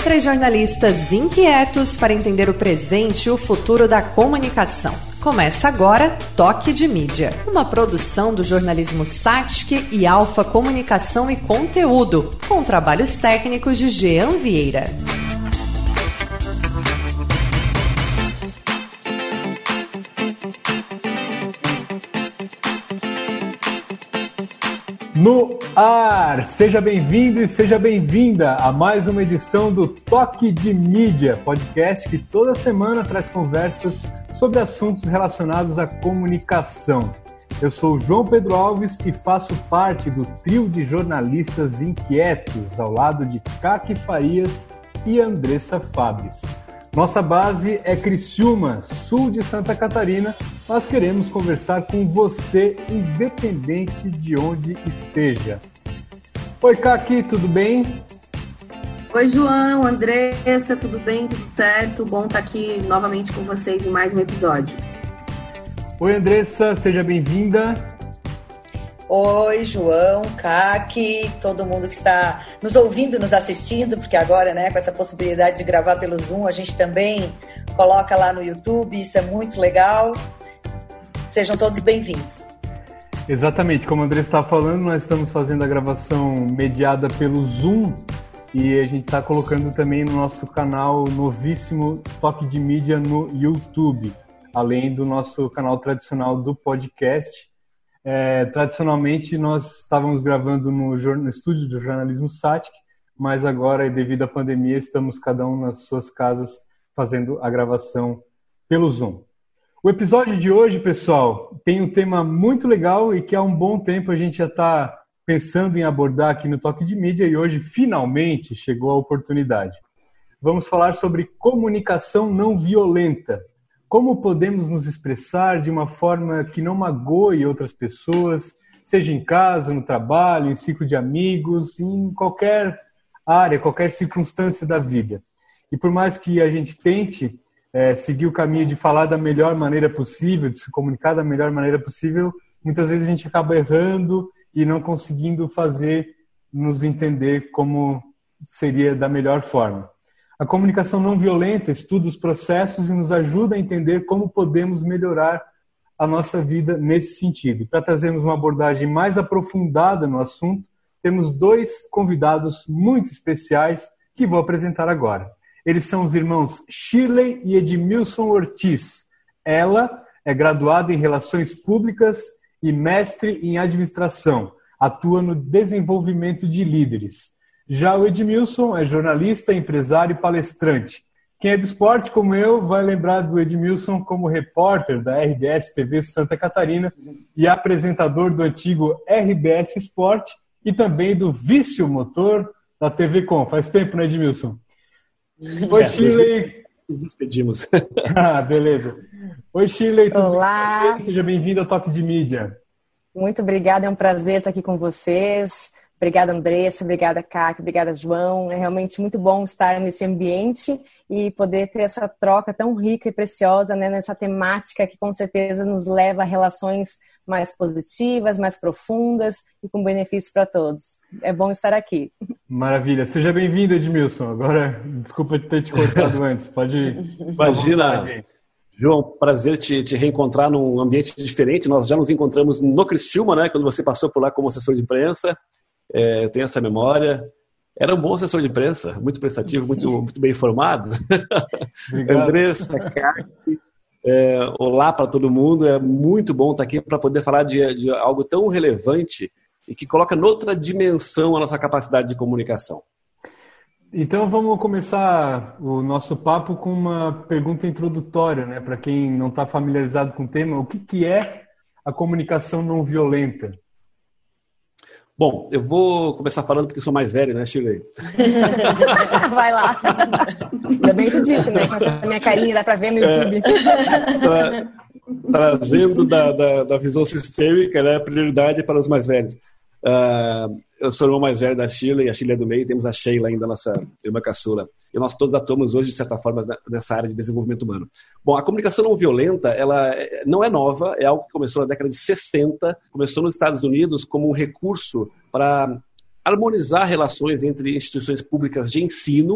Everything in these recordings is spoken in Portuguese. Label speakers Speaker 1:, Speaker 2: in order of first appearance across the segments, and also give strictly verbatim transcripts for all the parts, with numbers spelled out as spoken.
Speaker 1: Três jornalistas inquietos para entender o presente e o futuro da comunicação. Começa agora Toque de Mídia, uma produção do jornalismo Satic e Alfa Comunicação e Conteúdo, com trabalhos técnicos de Jean Vieira.
Speaker 2: No ar! Seja bem-vindo e seja bem-vinda a mais uma edição do Toque de Mídia, podcast que toda semana traz conversas sobre assuntos relacionados à comunicação. Eu sou o João Pedro Alves e faço parte do trio de jornalistas inquietos, ao lado de Kaki Farias e Andressa Fabris. Nossa base é Criciúma, sul de Santa Catarina. Nós queremos conversar com você, independente de onde esteja. Oi, Kaki, tudo bem?
Speaker 3: Oi, João, Andressa, tudo bem? Tudo certo? Bom estar aqui novamente com vocês em mais um episódio.
Speaker 2: Oi, Andressa, seja bem-vinda.
Speaker 4: Oi, João, Kaki, todo mundo que está nos ouvindo, nos assistindo, porque agora, né, com essa possibilidade de gravar pelo Zoom, a gente também coloca lá no YouTube, isso é muito legal. Sejam todos bem-vindos.
Speaker 2: Exatamente, como o André estava falando, nós estamos fazendo a gravação mediada pelo Zoom e a gente está colocando também no nosso canal novíssimo Toque de Mídia no YouTube, além do nosso canal tradicional do podcast. É, tradicionalmente nós estávamos gravando no, no estúdio do jornalismo Satic, mas agora, devido à pandemia, estamos cada um nas suas casas fazendo a gravação pelo Zoom. O episódio de hoje, pessoal, tem um tema muito legal e que há um bom tempo a gente já está pensando em abordar aqui no Toque de Mídia e hoje finalmente chegou a oportunidade. Vamos falar sobre comunicação não violenta. Como podemos nos expressar de uma forma que não magoe outras pessoas, seja em casa, no trabalho, em ciclo de amigos, em qualquer área, qualquer circunstância da vida. E por mais que a gente tente é, seguir o caminho de falar da melhor maneira possível, de se comunicar da melhor maneira possível, muitas vezes a gente acaba errando e não conseguindo fazer nos entender como seria da melhor forma. A comunicação não violenta estuda os processos e nos ajuda a entender como podemos melhorar a nossa vida nesse sentido. Para trazermos uma abordagem mais aprofundada no assunto, temos dois convidados muito especiais que vou apresentar agora. Eles são os irmãos Shirley e Edmilson Ortiz. Ela é graduada em Relações Públicas e mestre em Administração. Atua no desenvolvimento de líderes. Já o Edmilson é jornalista, empresário e palestrante. Quem é do esporte, como eu, vai lembrar do Edmilson como repórter da R B S T V Santa Catarina e apresentador do antigo R B S Sport e também do Vício Motor da T V Com. Faz tempo, né, Edmilson? Oi, é, Shirley.
Speaker 5: Nos despedimos.
Speaker 2: Ah, beleza. Oi, Shirley. Tudo
Speaker 6: Olá.
Speaker 2: bem? Seja bem-vindo ao Toque de Mídia.
Speaker 6: Muito obrigada, é um prazer estar aqui com vocês. Obrigada, Andressa, obrigada, Kaki, obrigada, João. É realmente muito bom estar nesse ambiente e poder ter essa troca tão rica e preciosa, né, nessa temática que com certeza nos leva a relações mais positivas, mais profundas e com benefícios para todos. É bom estar aqui.
Speaker 2: Maravilha. Seja bem-vindo, Edmilson. Agora, desculpa ter te cortado antes. Pode ir.
Speaker 5: Imagina, João, prazer te, te reencontrar num ambiente diferente. Nós já nos encontramos no Criciúma, né, quando você passou por lá como assessor de imprensa. É, eu tenho essa memória. Era um bom assessor de imprensa, muito prestativo, muito, muito bem informado. Andressa, Kaki, é, olá para todo mundo. É muito bom estar aqui para poder falar de, de algo tão relevante e que coloca noutra dimensão a nossa capacidade de comunicação.
Speaker 2: Então vamos começar o nosso papo com uma pergunta introdutória, né? Para quem não está familiarizado com o tema, o que, que é a comunicação não violenta?
Speaker 5: Bom, eu vou começar falando porque eu sou mais velho, né, Shirley?
Speaker 6: Vai lá. Ainda bem que tu disse, né? Com essa minha carinha, dá pra ver no YouTube.
Speaker 5: É, trazendo da, da, da visão sistêmica, né, a prioridade para os mais velhos. Uh, eu sou o irmão mais velho da Shirley, a Shirley é do meio, temos a Sheila ainda, nossa irmã caçula. E nós todos atuamos hoje, de certa forma, nessa área de desenvolvimento humano. Bom, a comunicação não violenta, ela não é nova, é algo que começou na década de sessenta, começou nos Estados Unidos como um recurso para harmonizar relações entre instituições públicas de ensino,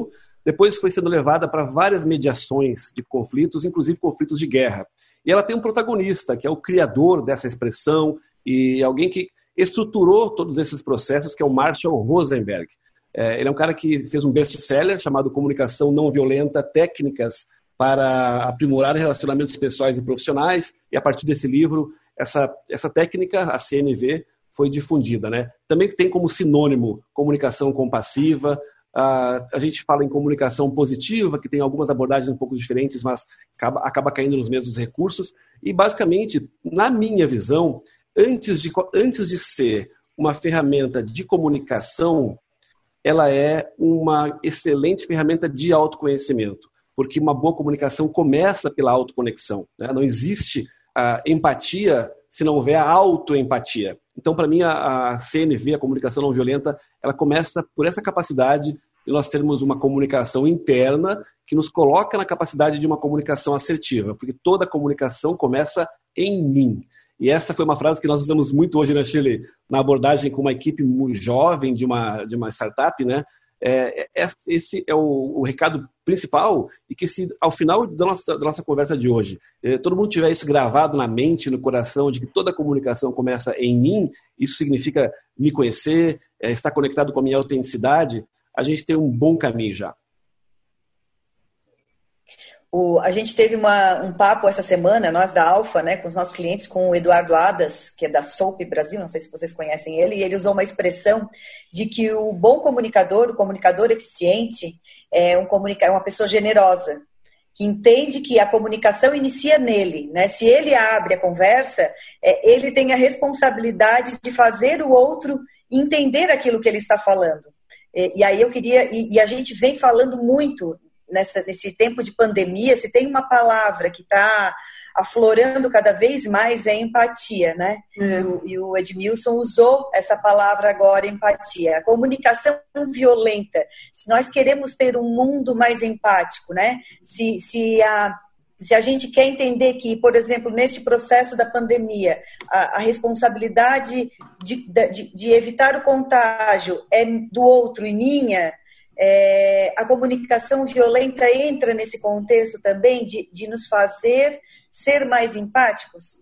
Speaker 5: depois foi sendo levada para várias mediações de conflitos, inclusive conflitos de guerra. E ela tem um protagonista, que é o criador dessa expressão e alguém que estruturou todos esses processos, que é o Marshall Rosenberg. É, ele é um cara que fez um best-seller chamado Comunicação Não Violenta, Técnicas para Aprimorar Relacionamentos Pessoais e Profissionais, e a partir desse livro, essa, essa técnica, a C N V, foi difundida, né? Também tem como sinônimo comunicação compassiva, a, a gente fala em comunicação positiva, que tem algumas abordagens um pouco diferentes, mas acaba, acaba caindo nos mesmos recursos, e basicamente, na minha visão, antes de, antes de ser uma ferramenta de comunicação, ela é uma excelente ferramenta de autoconhecimento, porque uma boa comunicação começa pela autoconexão, né? Não existe a empatia se não houver a autoempatia. Então, para mim, a, a C N V, a comunicação não violenta, ela começa por essa capacidade de nós termos uma comunicação interna que nos coloca na capacidade de uma comunicação assertiva, porque toda comunicação começa em mim. E essa foi uma frase que nós usamos muito hoje na Chile, na abordagem com uma equipe muito jovem de uma, de uma startup, né? É, é, esse é o, o recado principal, e que se ao final da nossa, da nossa conversa de hoje, é, todo mundo tiver isso gravado na mente, no coração, de que toda comunicação começa em mim, isso significa me conhecer, é, estar conectado com a minha autenticidade, a gente tem um bom caminho já.
Speaker 4: O, a gente teve uma, um papo essa semana, nós da Alfa, né, com os nossos clientes, com o Eduardo Adas, que é da Soap Brasil, não sei se vocês conhecem ele, e ele usou uma expressão de que o bom comunicador, o comunicador eficiente, é, um comunica, é uma pessoa generosa, que entende que a comunicação inicia nele, né? Se ele abre a conversa, é, ele tem a responsabilidade de fazer o outro entender aquilo que ele está falando. E, e aí eu queria, e, e a gente vem falando muito Nessa, nesse tempo de pandemia, se tem uma palavra que está aflorando cada vez mais, é empatia, né? É. E, o, e o Edmilson usou essa palavra agora, empatia. A comunicação violenta. Se nós queremos ter um mundo mais empático, né? Se, se, a, se a gente quer entender que, por exemplo, neste processo da pandemia, a, a responsabilidade de, de, de evitar o contágio é do outro e minha, É, a comunicação violenta entra nesse contexto também de, de nos fazer ser mais empáticos?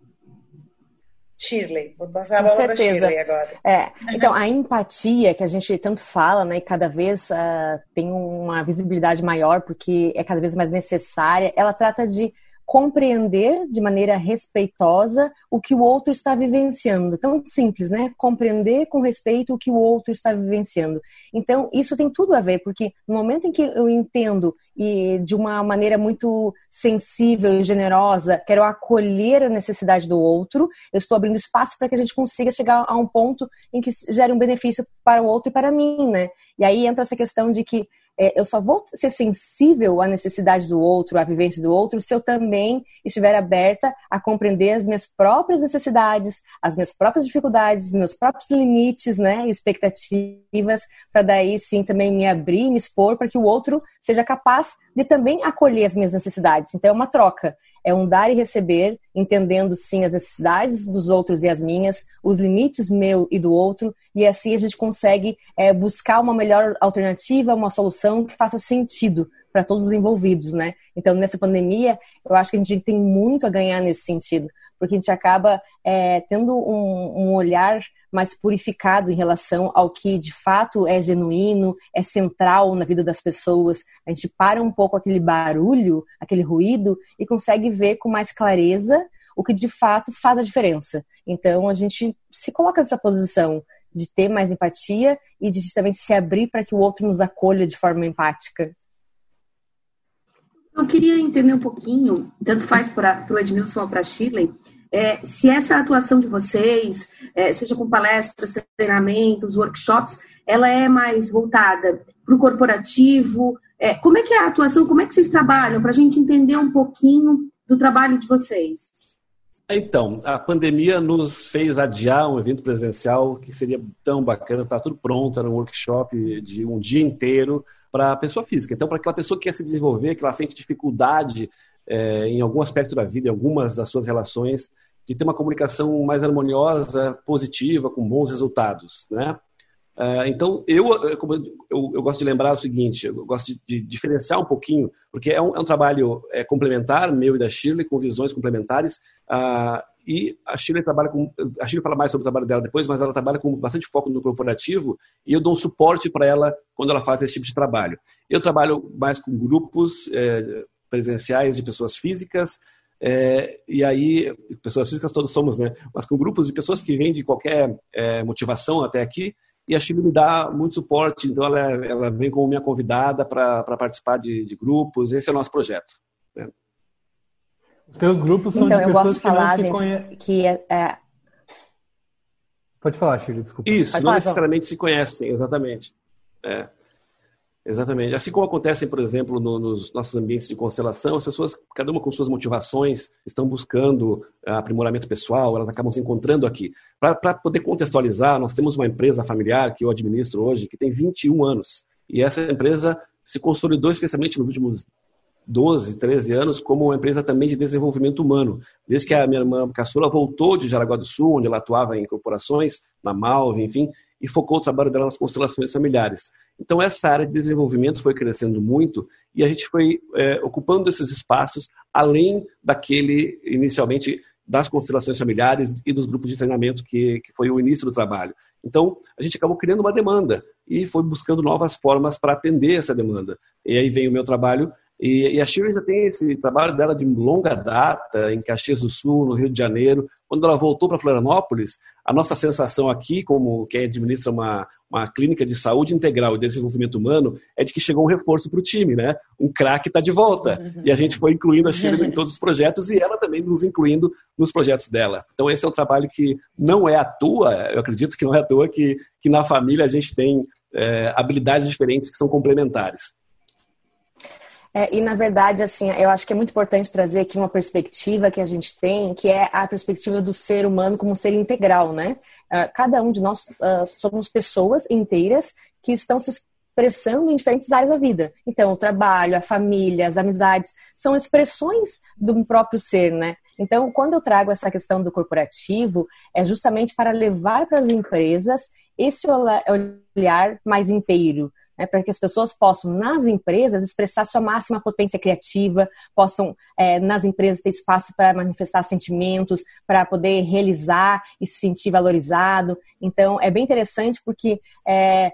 Speaker 4: Shirley, vou passar a bola para Shirley agora.
Speaker 6: É, então, a empatia que a gente tanto fala, né, e cada vez uh, tem uma visibilidade maior, porque é cada vez mais necessária, ela trata de compreender de maneira respeitosa o que o outro está vivenciando. Tão simples, né? Compreender com respeito o que o outro está vivenciando. Então, isso tem tudo a ver, porque no momento em que eu entendo e de uma maneira muito sensível e generosa, quero acolher a necessidade do outro, eu estou abrindo espaço para que a gente consiga chegar a um ponto em que gere um benefício para o outro e para mim, né? E aí entra essa questão de que É, eu só vou ser sensível à necessidade do outro, à vivência do outro, se eu também estiver aberta a compreender as minhas próprias necessidades, as minhas próprias dificuldades, os meus próprios limites, né, expectativas, para daí sim também me abrir, me expor, para que o outro seja capaz de também acolher as minhas necessidades. Então é uma troca. É um dar e receber, entendendo sim as necessidades dos outros e as minhas, os limites meu e do outro, e assim a gente consegue é, buscar uma melhor alternativa, uma solução que faça sentido para todos os envolvidos, né? Então, nessa pandemia, eu acho que a gente tem muito a ganhar nesse sentido, porque a gente acaba é, tendo um, um olhar mais purificado em relação ao que de fato é genuíno, é central na vida das pessoas. A gente para um pouco aquele barulho, aquele ruído e consegue ver com mais clareza o que de fato faz a diferença. Então a gente se coloca nessa posição de ter mais empatia e de também se abrir para que o outro nos acolha de forma empática.
Speaker 3: Eu queria entender um pouquinho, tanto faz para o Edmilson ou para a Shirley, É, se essa atuação de vocês, é, seja com palestras, treinamentos, workshops, ela é mais voltada para o corporativo? É, como é que é a atuação, como é que vocês trabalham, para a gente entender um pouquinho do trabalho de vocês?
Speaker 5: Então, a pandemia nos fez adiar um evento presencial que seria tão bacana, está tudo pronto, era um workshop de um dia inteiro para a pessoa física. Então, para aquela pessoa que quer se desenvolver, que ela sente dificuldade É, em algum aspecto da vida, em algumas das suas relações, de ter uma comunicação mais harmoniosa, positiva, com bons resultados, né? Uh, então, eu, eu, eu gosto de lembrar o seguinte, eu gosto de, de diferenciar um pouquinho, porque é um, é um trabalho é, complementar, meu e da Shirley, com visões complementares, uh, e a Shirley trabalha com, a Shirley fala mais sobre o trabalho dela depois, mas ela trabalha com bastante foco no corporativo, e eu dou um suporte para ela quando ela faz esse tipo de trabalho. Eu trabalho mais com grupos é, presenciais de pessoas físicas, É, e aí, pessoas físicas todos somos, né? Mas com grupos de pessoas que vêm de qualquer é, motivação até aqui, e a Shirley me dá muito suporte, então ela, ela vem como minha convidada para participar de, de grupos, esse é o nosso projeto. Né?
Speaker 2: Os teus grupos são
Speaker 6: então,
Speaker 2: de
Speaker 6: eu
Speaker 2: pessoas
Speaker 6: gosto de
Speaker 2: que
Speaker 6: falar,
Speaker 2: não se
Speaker 6: gente,
Speaker 2: conhecem.
Speaker 6: que é, é...
Speaker 2: Pode falar, Shirley, desculpa.
Speaker 5: Isso,
Speaker 6: Pode
Speaker 5: não
Speaker 6: falar,
Speaker 5: necessariamente se conhecem, exatamente. É. Exatamente. Assim como acontecem, por exemplo, no, nos nossos ambientes de constelação, as pessoas, cada uma com suas motivações, estão buscando aprimoramento pessoal, elas acabam se encontrando aqui. Para poder contextualizar, nós temos uma empresa familiar que eu administro hoje, que tem vinte e um anos. E essa empresa se consolidou especialmente nos últimos doze, treze anos como uma empresa também de desenvolvimento humano. Desde que a minha irmã caçula voltou de Jaraguá do Sul, onde ela atuava em corporações, na Malve, enfim, e focou o trabalho dela nas constelações familiares. Então, essa área de desenvolvimento foi crescendo muito e a gente foi é, ocupando esses espaços, além daquele, inicialmente, das constelações familiares e dos grupos de treinamento, que, que foi o início do trabalho. Então, a gente acabou criando uma demanda e foi buscando novas formas para atender essa demanda. E aí vem o meu trabalho. E, e a Shirley já tem esse trabalho dela de longa data, em Caxias do Sul, no Rio de Janeiro. Quando ela voltou para Florianópolis, a nossa sensação aqui, como quem administra uma, uma clínica de saúde integral e desenvolvimento humano, é de que chegou um reforço para o time, né? Um craque está de volta. Uhum. E a gente foi incluindo a Shirley em todos os projetos e ela também nos incluindo nos projetos dela. Então esse é um trabalho que não é à toa, eu acredito que não é à toa que, que na família a gente tem é, habilidades diferentes que são complementares.
Speaker 6: É, e, na verdade, assim, eu acho que é muito importante trazer aqui uma perspectiva que a gente tem, que é a perspectiva do ser humano como um ser integral, né? Uh, cada um de nós uh, somos pessoas inteiras que estão se expressando em diferentes áreas da vida. Então, o trabalho, a família, as amizades, são expressões do próprio ser, né? Então, quando eu trago essa questão do corporativo, é justamente para levar para as empresas esse olhar mais inteiro, né, para que as pessoas possam, nas empresas, expressar sua máxima potência criativa, possam, é, nas empresas, ter espaço para manifestar sentimentos, para poder realizar e se sentir valorizado. Então, é bem interessante porque é,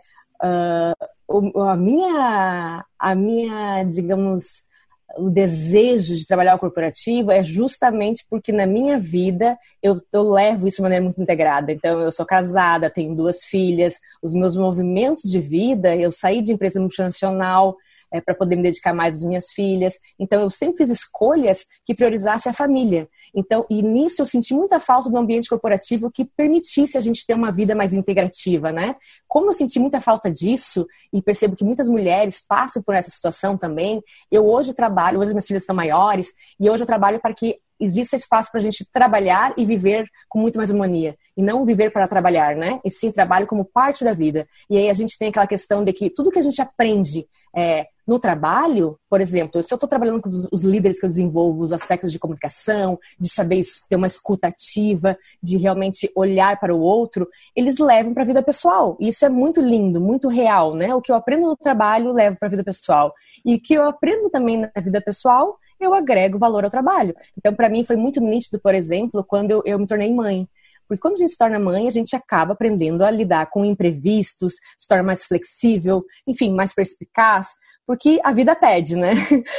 Speaker 6: uh, a, minha, a minha, digamos, o desejo de trabalhar o corporativo é justamente porque na minha vida eu, eu levo isso de maneira muito integrada. Então, eu sou casada, tenho duas filhas, os meus movimentos de vida, eu saí de empresa multinacional é, para poder me dedicar mais às minhas filhas. Então, eu sempre fiz escolhas que priorizassem a família. Então, e nisso eu senti muita falta do ambiente corporativo que permitisse a gente ter uma vida mais integrativa, né? Como eu senti muita falta disso e percebo que muitas mulheres passam por essa situação também, eu hoje trabalho, hoje minhas filhas são maiores, e hoje eu trabalho para que exista espaço para a gente trabalhar e viver com muito mais harmonia. E não viver para trabalhar, né? E sim, trabalho como parte da vida. E aí a gente tem aquela questão de que tudo que a gente aprende é, no trabalho, por exemplo, se eu estou trabalhando com os, os líderes que eu desenvolvo, os aspectos de comunicação, de saber ter uma escuta ativa, de realmente olhar para o outro, eles levam para a vida pessoal. E isso é muito lindo, muito real, né? O que eu aprendo no trabalho, eu levo para a vida pessoal. E o que eu aprendo também na vida pessoal, eu agrego valor ao trabalho. Então, para mim, foi muito nítido, por exemplo, quando eu, eu me tornei mãe. Porque quando a gente se torna mãe, a gente acaba aprendendo a lidar com imprevistos, se torna mais flexível, enfim, mais perspicaz, porque a vida pede, né?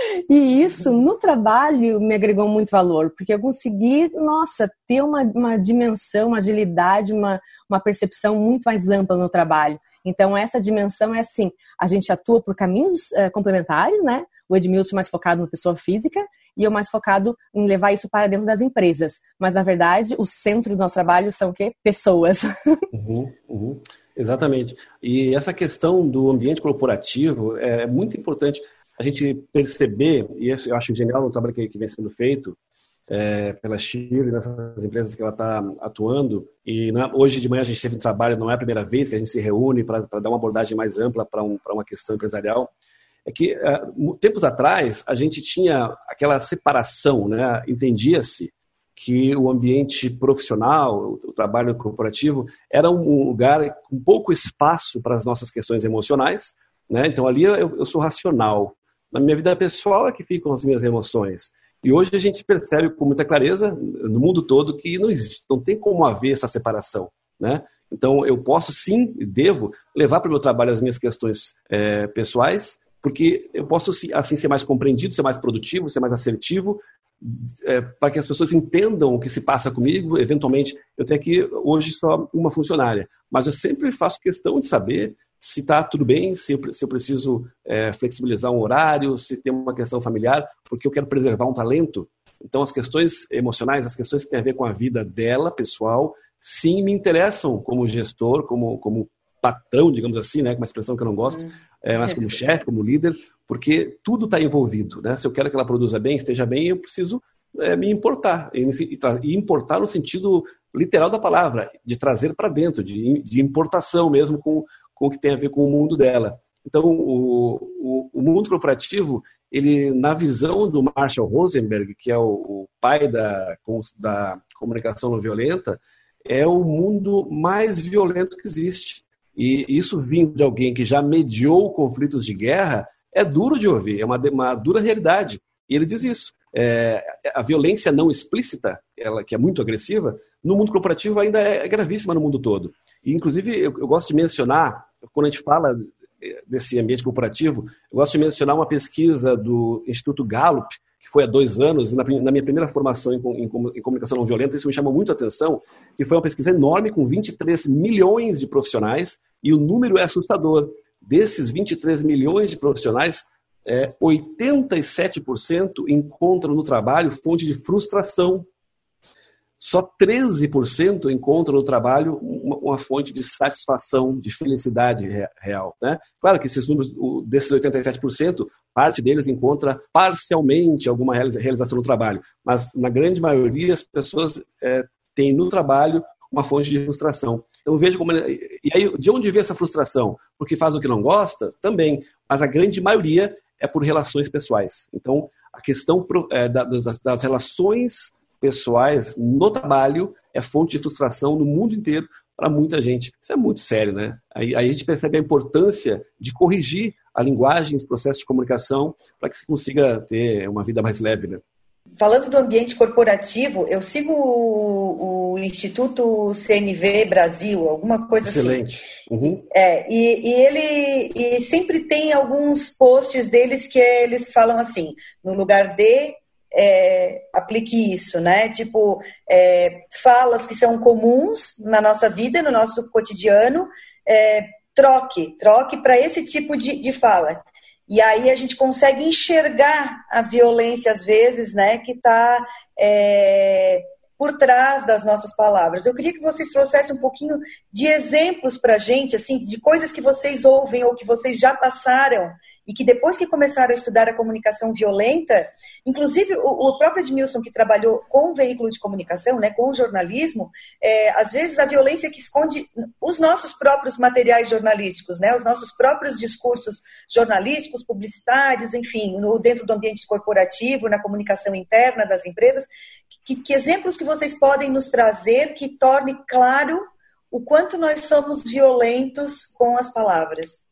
Speaker 6: E isso, no trabalho, me agregou muito valor, porque eu consegui, nossa, ter uma, uma dimensão, uma agilidade, uma, uma percepção muito mais ampla no trabalho. Então, essa dimensão é assim, a gente atua por caminhos uh, complementares, né? O Edmilson mais focado na pessoa física e eu mais focado em levar isso para dentro das empresas. Mas, na verdade, o centro do nosso trabalho são o quê? Pessoas.
Speaker 5: Uhum, uhum. Exatamente. E essa questão do ambiente corporativo é muito importante a gente perceber, e isso eu acho genial no trabalho que, que vem sendo feito, É, pela Shirley, nessas empresas que ela está atuando. E na, hoje de manhã a gente teve um trabalho, não é a primeira vez que a gente se reúne para dar uma abordagem mais ampla para um, para uma questão empresarial. É que, uh, tempos atrás, a gente tinha aquela separação, né? Entendia-se que o ambiente profissional, o trabalho corporativo, era um lugar com pouco espaço para as nossas questões emocionais, né? Então ali eu, eu sou racional. Na minha vida pessoal é que ficam as minhas emoções. E hoje a gente percebe com muita clareza, no mundo todo, que não existe, não tem como haver essa separação, né? Então eu posso sim, devo, levar para o meu trabalho as minhas questões é, pessoais, porque eu posso assim ser mais compreendido, ser mais produtivo, ser mais assertivo, é, para que as pessoas entendam o que se passa comigo. Eventualmente, eu tenho aqui hoje só uma funcionária, mas eu sempre faço questão de saber se está tudo bem, se eu, se eu preciso é, flexibilizar um horário, se tem uma questão familiar, porque eu quero preservar um talento. Então, as questões emocionais, as questões que têm a ver com a vida dela, pessoal, sim, me interessam como gestor, como, como patrão, digamos assim, né, com uma expressão que eu não gosto, hum. é, mas como chefe, como líder, porque tudo está envolvido, né? Se eu quero que ela produza bem, esteja bem, eu preciso é, me importar, e, e importar no sentido literal da palavra, de trazer para dentro, de, de importação mesmo com, com o que tem a ver com o mundo dela. Então, o, o, o mundo corporativo, ele, na visão do Marshall Rosenberg, que é o, o pai da, da comunicação não violenta, é o mundo mais violento que existe. E isso vindo de alguém que já mediou conflitos de guerra é duro de ouvir, é uma, uma dura realidade. E ele diz isso. É, a violência não explícita, ela, que é muito agressiva, no mundo corporativo ainda é, é gravíssima no mundo todo. E, inclusive, eu, eu gosto de mencionar, quando a gente fala desse ambiente corporativo, eu gosto de mencionar uma pesquisa do Instituto Gallup, que foi há dois anos, e na, na minha primeira formação em, em, em comunicação não violenta, isso me chamou muito a atenção, que foi uma pesquisa enorme com vinte e três milhões de profissionais, e o número é assustador. Desses vinte e três milhões de profissionais, é, oitenta e sete por cento encontram no trabalho fonte de frustração. Só treze por cento encontram no trabalho uma, uma fonte de satisfação, de felicidade real, né? Claro que esses números, desses oitenta e sete por cento, parte deles encontra parcialmente alguma realização no trabalho, mas na grande maioria as pessoas é, têm no trabalho uma fonte de frustração. Então veja como... E aí, de onde vem essa frustração? Porque faz o que não gosta? Também. Mas a grande maioria é por relações pessoais. Então, a questão é, das, das relações pessoais no trabalho é fonte de frustração no mundo inteiro para muita gente. Isso é muito sério, né? Aí, aí a gente percebe a importância de corrigir a linguagem, os processos de comunicação, para que se consiga ter uma vida mais leve, né?
Speaker 4: Falando do ambiente corporativo, eu sigo o, o Instituto C N V Brasil, alguma coisa
Speaker 5: Excelente.
Speaker 4: assim.
Speaker 5: Uhum.
Speaker 4: É, e, e ele e sempre tem alguns posts deles que eles falam assim, no lugar de, é, aplique isso, né? Tipo, é, falas que são comuns na nossa vida, no nosso cotidiano, é, troque, troque para esse tipo de, de fala. E aí a gente consegue enxergar a violência, às vezes, né, que está é, por trás das nossas palavras. Eu queria que vocês trouxessem um pouquinho de exemplos para a gente, assim, de coisas que vocês ouvem ou que vocês já passaram e que depois que começaram a estudar a comunicação violenta, inclusive o, o próprio Edmilson, que trabalhou com o veículo de comunicação, né, com o jornalismo, é, às vezes a violência que esconde os nossos próprios materiais jornalísticos, né, os nossos próprios discursos jornalísticos, publicitários, enfim, no, dentro do ambiente corporativo, na comunicação interna das empresas. Que, que exemplos que vocês podem nos trazer que torne claro o quanto nós somos violentos com as palavras?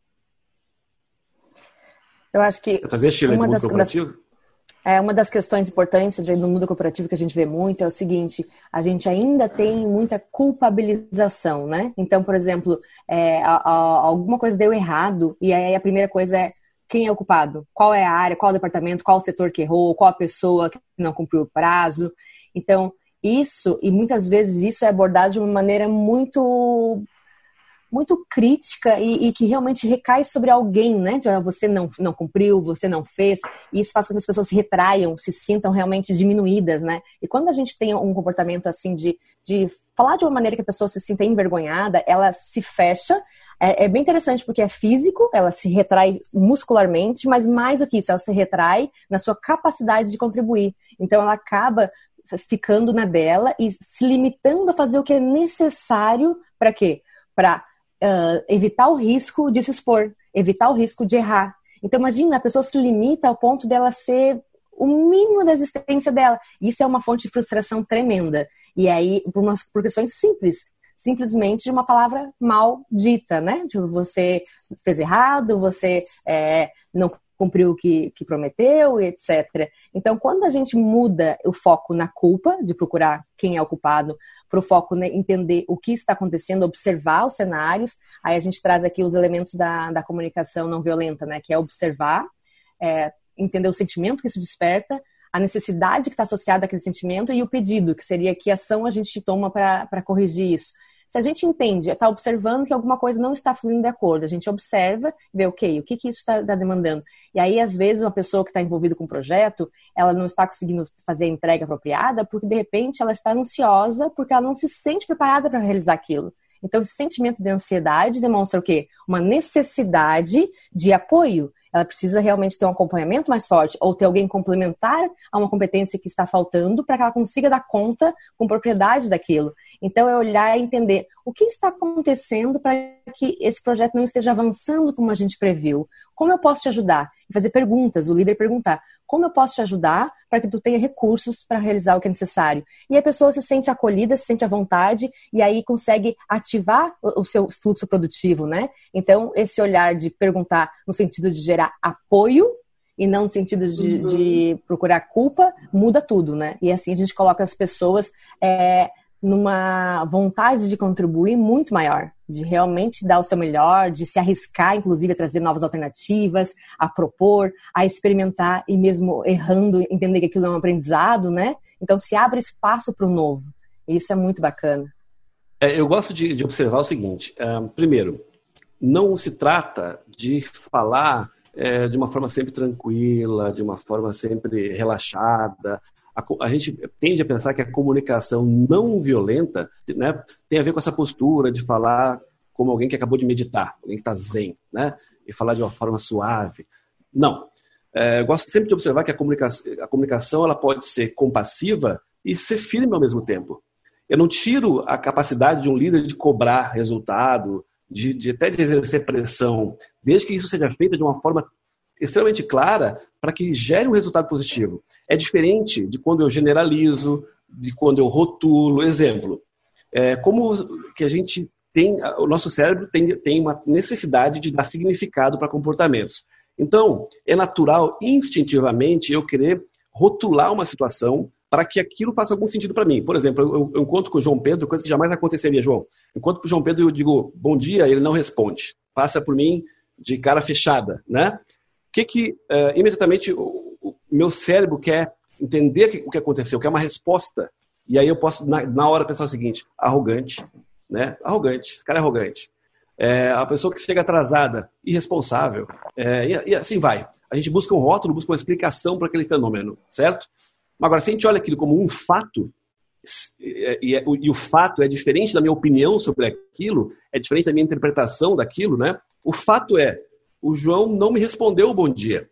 Speaker 6: Eu acho que
Speaker 5: trazer Sheila
Speaker 6: uma
Speaker 5: do mundo
Speaker 6: das,
Speaker 5: corporativo?
Speaker 6: das, é, uma das questões importantes no mundo corporativo que a gente vê muito é o seguinte: a gente ainda tem muita culpabilização, né? Então, por exemplo, é, a, a, alguma coisa deu errado e aí a primeira coisa é quem é o culpado? Qual é a área, qual o departamento, qual o setor que errou, qual a pessoa que não cumpriu o prazo. Então, isso, e muitas vezes isso é abordado de uma maneira muito... muito crítica e, e que realmente recai sobre alguém, né? De, você não, não cumpriu, você não fez, e isso faz com que as pessoas se retraiam, se sintam realmente diminuídas, né? E quando a gente tem um comportamento assim de, de falar de uma maneira que a pessoa se sinta envergonhada, ela se fecha. É, é bem interessante porque é físico, ela se retrai muscularmente, mas mais do que isso, ela se retrai na sua capacidade de contribuir. Então ela acaba ficando na dela e se limitando a fazer o que é necessário para quê? Para Uh, evitar o risco de se expor, evitar o risco de errar. Então imagina, a pessoa se limita ao ponto dela ser o mínimo da existência dela. Isso é uma fonte de frustração tremenda. E aí, por, umas, por questões simples, simplesmente de uma palavra mal dita, né? Tipo, você fez errado, você é, não cumpriu o que, que prometeu, e etcétera. Então, quando a gente muda o foco na culpa, de procurar quem é o culpado, para o foco em entender o que está acontecendo, observar os cenários, aí a gente traz aqui os elementos da, da comunicação não violenta, né? Que é observar, é, entender o sentimento que isso desperta, a necessidade que está associada àquele sentimento e o pedido, que seria que ação a gente toma para corrigir isso. Se a gente entende, está observando que alguma coisa não está fluindo de acordo, a gente observa e vê, ok, o que, que isso está tá demandando? E aí, às vezes, uma pessoa que está envolvida com o projeto, ela não está conseguindo fazer a entrega apropriada porque, de repente, ela está ansiosa porque ela não se sente preparada para realizar aquilo. Então, esse sentimento de ansiedade demonstra o quê? Uma necessidade de apoio. Ela precisa realmente ter um acompanhamento mais forte ou ter alguém complementar a uma competência que está faltando para que ela consiga dar conta com propriedade daquilo. Então, é olhar e entender o que está acontecendo para que esse projeto não esteja avançando como a gente previu. Como eu posso te ajudar? Fazer perguntas, o líder perguntar, como eu posso te ajudar para que tu tenha recursos para realizar o que é necessário? E a pessoa se sente acolhida, se sente à vontade e aí consegue ativar o, o seu fluxo produtivo, né? Então, esse olhar de perguntar no sentido de gerar apoio e não no sentido de, uhum. de procurar culpa, muda tudo, né? E assim a gente coloca as pessoas é, numa vontade de contribuir muito maior, de realmente dar o seu melhor, de se arriscar, inclusive, a trazer novas alternativas, a propor, a experimentar e mesmo errando, entender que aquilo é um aprendizado, né? Então, se abre espaço para o novo. E isso é muito bacana.
Speaker 5: É, eu gosto de, de observar o seguinte. Um, primeiro, não se trata de falar é, de uma forma sempre tranquila, de uma forma sempre relaxada. A, a gente tende a pensar que a comunicação não violenta, né, tem a ver com essa postura de falar como alguém que acabou de meditar, alguém que está zen, né, e falar de uma forma suave. Não. É, eu gosto sempre de observar que a comunicação, a comunicação ela pode ser compassiva e ser firme ao mesmo tempo. Eu não tiro a capacidade de um líder de cobrar resultado, de, de até de exercer pressão, desde que isso seja feito de uma forma extremamente clara para que gere um resultado positivo. É diferente de quando eu generalizo, de quando eu rotulo. Exemplo, é, como que a gente tem, o nosso cérebro tem, tem uma necessidade de dar significado para comportamentos. Então, é natural, instintivamente, eu querer rotular uma situação para que aquilo faça algum sentido para mim. Por exemplo, eu, eu encontro com o João Pedro, coisa que jamais aconteceria, João. Eu encontro com o João Pedro e eu digo, bom dia, ele não responde. Passa por mim de cara fechada, né? O que que, uh, imediatamente, o, o meu cérebro quer entender que, o que aconteceu, quer uma resposta. E aí eu posso, na, na hora, pensar o seguinte, arrogante, né? Arrogante, esse cara é arrogante. É, a pessoa que chega atrasada, irresponsável, é, e, e assim vai. A gente busca um rótulo, busca uma explicação para aquele fenômeno, certo? Agora, se a gente olha aquilo como um fato, e, e, e o fato é diferente da minha opinião sobre aquilo, é diferente da minha interpretação daquilo, né? O fato é, o João não me respondeu o bom dia.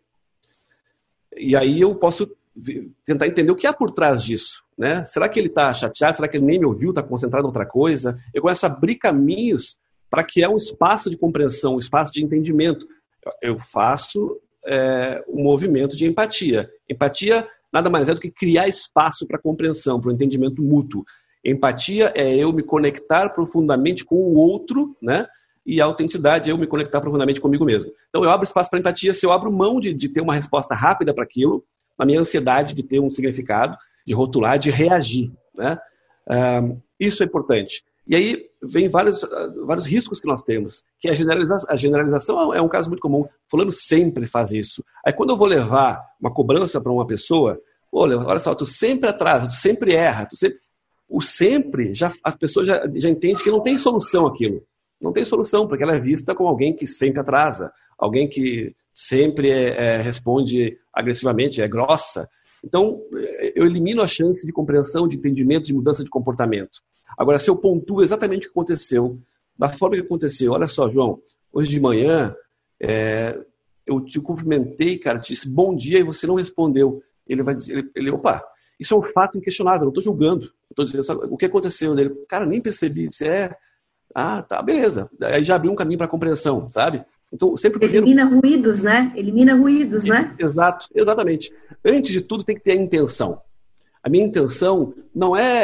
Speaker 5: E aí eu posso tentar entender o que há por trás disso, né? Será que ele está chateado? Será que ele nem me ouviu, está concentrado em outra coisa? Eu começo a abrir caminhos para criar um espaço de compreensão, um espaço de entendimento. Eu faço é, um movimento de empatia. Empatia nada mais é do que criar espaço para compreensão, para o entendimento mútuo. Empatia é eu me conectar profundamente com o outro, né? E a autenticidade é eu me conectar profundamente comigo mesmo. Então eu abro espaço para empatia se eu abro mão de, de ter uma resposta rápida para aquilo, a minha ansiedade de ter um significado, de rotular, de reagir, né? Um, isso é importante. E aí vem vários, uh, vários riscos que nós temos, que a, generaliza a generalização é um caso muito comum. Fulano sempre faz isso. Aí quando eu vou levar uma cobrança para uma pessoa, olha, olha só, tu sempre atrasa, tu sempre erra, tu sempre... o sempre, já, a pessoa já, já entende que não tem solução aquilo. Não tem solução, porque ela é vista como alguém que sempre atrasa, alguém que sempre é, é, responde agressivamente, é grossa. Então, eu elimino a chance de compreensão, de entendimento, de mudança de comportamento. Agora, se eu pontuo exatamente o que aconteceu, da forma que aconteceu, olha só, João, hoje de manhã, é, eu te cumprimentei, cara, te disse bom dia e você não respondeu. Ele vai dizer, ele, ele opa, isso é um fato inquestionável, eu não estou julgando. Eu estou dizendo, sabe, o que aconteceu dele? Cara, nem percebi. Isso é... Ah, tá, beleza. Aí já abriu um caminho para compreensão, sabe? Então, sempre primeiro...
Speaker 3: Elimina ruídos, né? Elimina ruídos, né?
Speaker 5: Exato, exatamente. Antes de tudo, tem que ter a intenção. A minha intenção não é,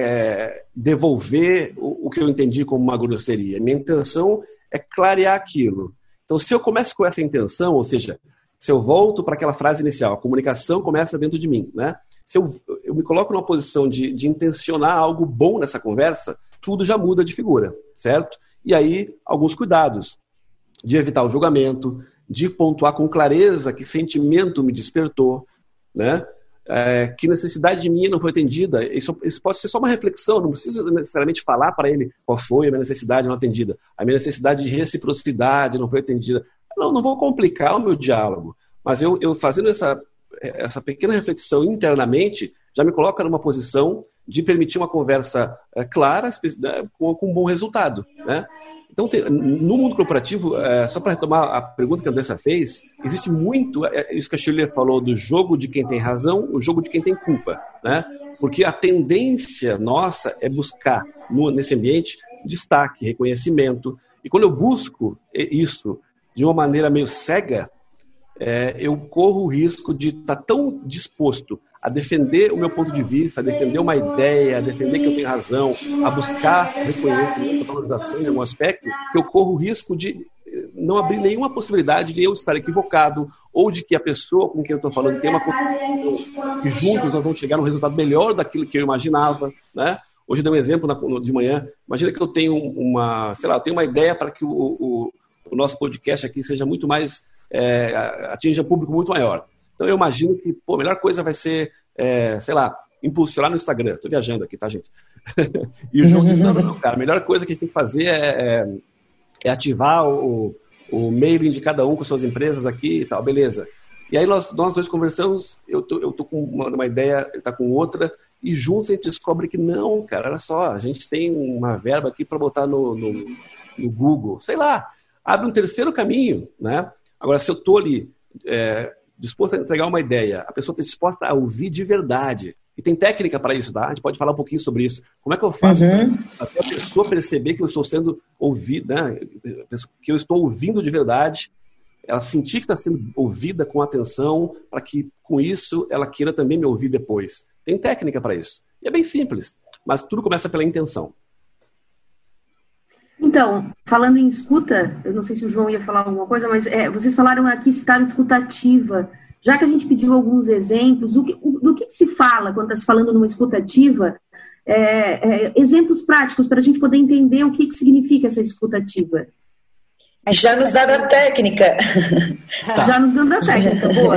Speaker 5: é devolver o, o que eu entendi como uma grosseria. A minha intenção é clarear aquilo. Então, se eu começo com essa intenção, ou seja, se eu volto para aquela frase inicial, a comunicação começa dentro de mim, né? Se eu, eu me coloco numa posição de, de intencionar algo bom nessa conversa, tudo já muda de figura, certo? E aí, alguns cuidados de evitar o julgamento, de pontuar com clareza que sentimento me despertou, né? É, que necessidade minha não foi atendida. Isso, isso pode ser só uma reflexão, não preciso necessariamente falar para ele qual foi a minha necessidade não atendida. A minha necessidade de reciprocidade não foi atendida. Não, não vou complicar o meu diálogo, mas eu, eu fazendo essa, essa pequena reflexão internamente, já me coloca numa posição de permitir uma conversa é, clara, com, com um bom resultado, né? Então, tem, no mundo corporativo, é, só para retomar a pergunta que a Andressa fez, existe muito, é, isso que a Shirley falou, do jogo de quem tem razão, o jogo de quem tem culpa, né? Porque a tendência nossa é buscar, no, nesse ambiente, destaque, reconhecimento. E quando eu busco isso de uma maneira meio cega, é, eu corro o risco de estar tá tão disposto a defender o meu ponto de vista, a defender uma ideia, a defender que eu tenho razão, a buscar reconhecimento, valorização em algum aspecto, que eu corro o risco de não abrir nenhuma possibilidade de eu estar equivocado ou de que a pessoa com quem eu estou falando tenha uma condição que juntos nós vamos chegar num resultado melhor daquilo que eu imaginava, né? Hoje eu dei um exemplo na, de manhã. Imagina que eu tenho uma, sei lá, eu tenho uma ideia para que o, o, o nosso podcast aqui seja muito mais, é, atinja um público muito maior. Então eu imagino que pô, a melhor coisa vai ser, é, sei lá, impulsionar no Instagram. Estou viajando aqui, tá, gente? E o João disse, não, não, cara, a melhor coisa que a gente tem que fazer é, é, é ativar o, o mailing de cada um com suas empresas aqui e tal, beleza. E aí nós, nós dois conversamos, eu tô, eu tô com uma, uma ideia, ele tá com outra, e juntos a gente descobre que não, cara, olha só, a gente tem uma verba aqui para botar no, no, no Google, sei lá, abre um terceiro caminho, né? Agora, se eu tô ali é, disposto a entregar uma ideia, a pessoa está disposta a ouvir de verdade, e tem técnica para isso, tá? A gente pode falar um pouquinho sobre isso. Como é que eu faço uhum. para fazer a pessoa perceber que eu estou sendo ouvida, né? Que eu estou ouvindo de verdade, ela sentir que está sendo ouvida com atenção, para que com isso ela queira também me ouvir depois. Tem técnica para isso. E é bem simples, mas tudo começa pela intenção.
Speaker 3: Então, falando em escuta, eu não sei se o João ia falar alguma coisa, mas é, vocês falaram aqui citar escutativa. Já que a gente pediu alguns exemplos, do que, do que se fala quando está se falando numa escutativa, é, é, exemplos práticos para a gente poder entender o que, que significa essa escutativa.
Speaker 4: Já nos dá a técnica.
Speaker 3: Tá. Já nos dando a técnica, boa.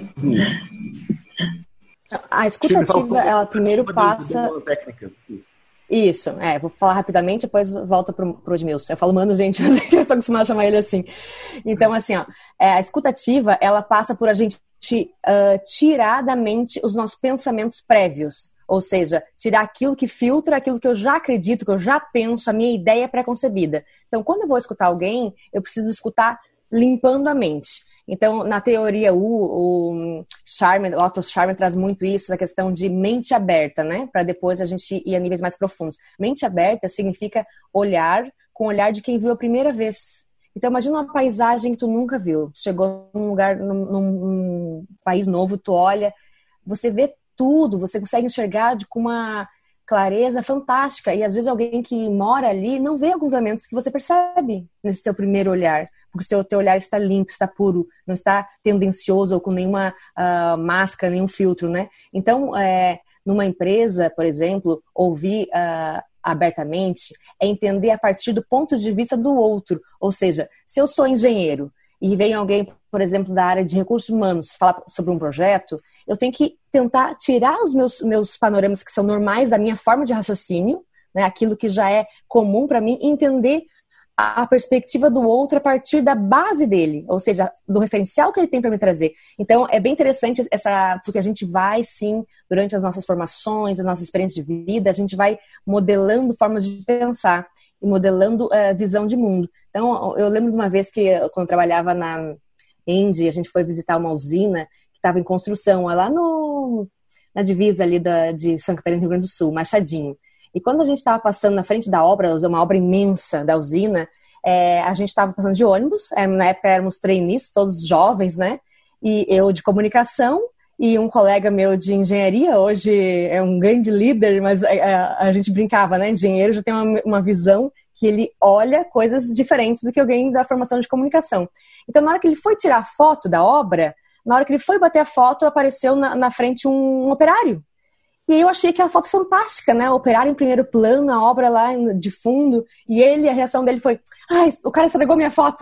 Speaker 6: A escutativa, ela primeiro passa... Isso, é, vou falar rapidamente, depois volto pro, pro Edmilson. Eu falo, mano, gente, eu estou acostumada a chamar ele assim. Então, assim, ó, é, a escutativa, ela passa por a gente uh, tirar da mente os nossos pensamentos prévios. Ou seja, tirar aquilo que filtra, aquilo que eu já acredito, que eu já penso, a minha ideia pré-concebida. Então, quando eu vou escutar alguém, eu preciso escutar limpando a mente. Então, na teoria U, o Charman, o Otto Scharmer traz muito isso, a questão de mente aberta, né? Para depois a gente ir a níveis mais profundos. Mente aberta significa olhar com o olhar de quem viu a primeira vez. Então, imagina uma paisagem que tu nunca viu. Chegou num lugar, num, num país novo, tu olha, você vê tudo, você consegue enxergar de, com uma clareza fantástica. E às vezes alguém que mora ali não vê alguns elementos que você percebe nesse seu primeiro olhar. Porque o seu teu olhar está limpo, está puro, não está tendencioso ou com nenhuma uh, máscara, nenhum filtro, né? Então, é, numa empresa, por exemplo, ouvir uh, abertamente é entender a partir do ponto de vista do outro. Ou seja, se eu sou engenheiro e vem alguém, por exemplo, da área de recursos humanos falar sobre um projeto, eu tenho que tentar tirar os meus, meus panoramas que são normais da minha forma de raciocínio, né? Aquilo que já é comum para mim, e entender a perspectiva do outro a partir da base dele, ou seja, do referencial que ele tem para me trazer. Então, é bem interessante essa, porque a gente vai, sim, durante as nossas formações, as nossas experiências de vida, a gente vai modelando formas de pensar e modelando uh, visão de mundo. Então, eu lembro de uma vez que, quando eu trabalhava na Indy, a gente foi visitar uma usina que estava em construção, lá no, na divisa ali da, de Santa Catarina, Rio Grande do Sul, Machadinho. E quando a gente estava passando na frente da obra, uma obra imensa da usina, é, a gente estava passando de ônibus, é, na época éramos trainees, todos jovens, né? E eu de comunicação e um colega meu de engenharia, hoje é um grande líder, mas a, a, a gente brincava, né? Engenheiro já tem uma, uma visão que ele olha coisas diferentes do que alguém da formação de comunicação. Então, na hora que ele foi tirar a foto da obra, na hora que ele foi bater a foto, apareceu na, na frente um, um operário. E aí eu achei aquela foto fantástica, né? O operário em primeiro plano, a obra lá de fundo. E ele, a reação dele foi, ai, o cara estragou minha foto.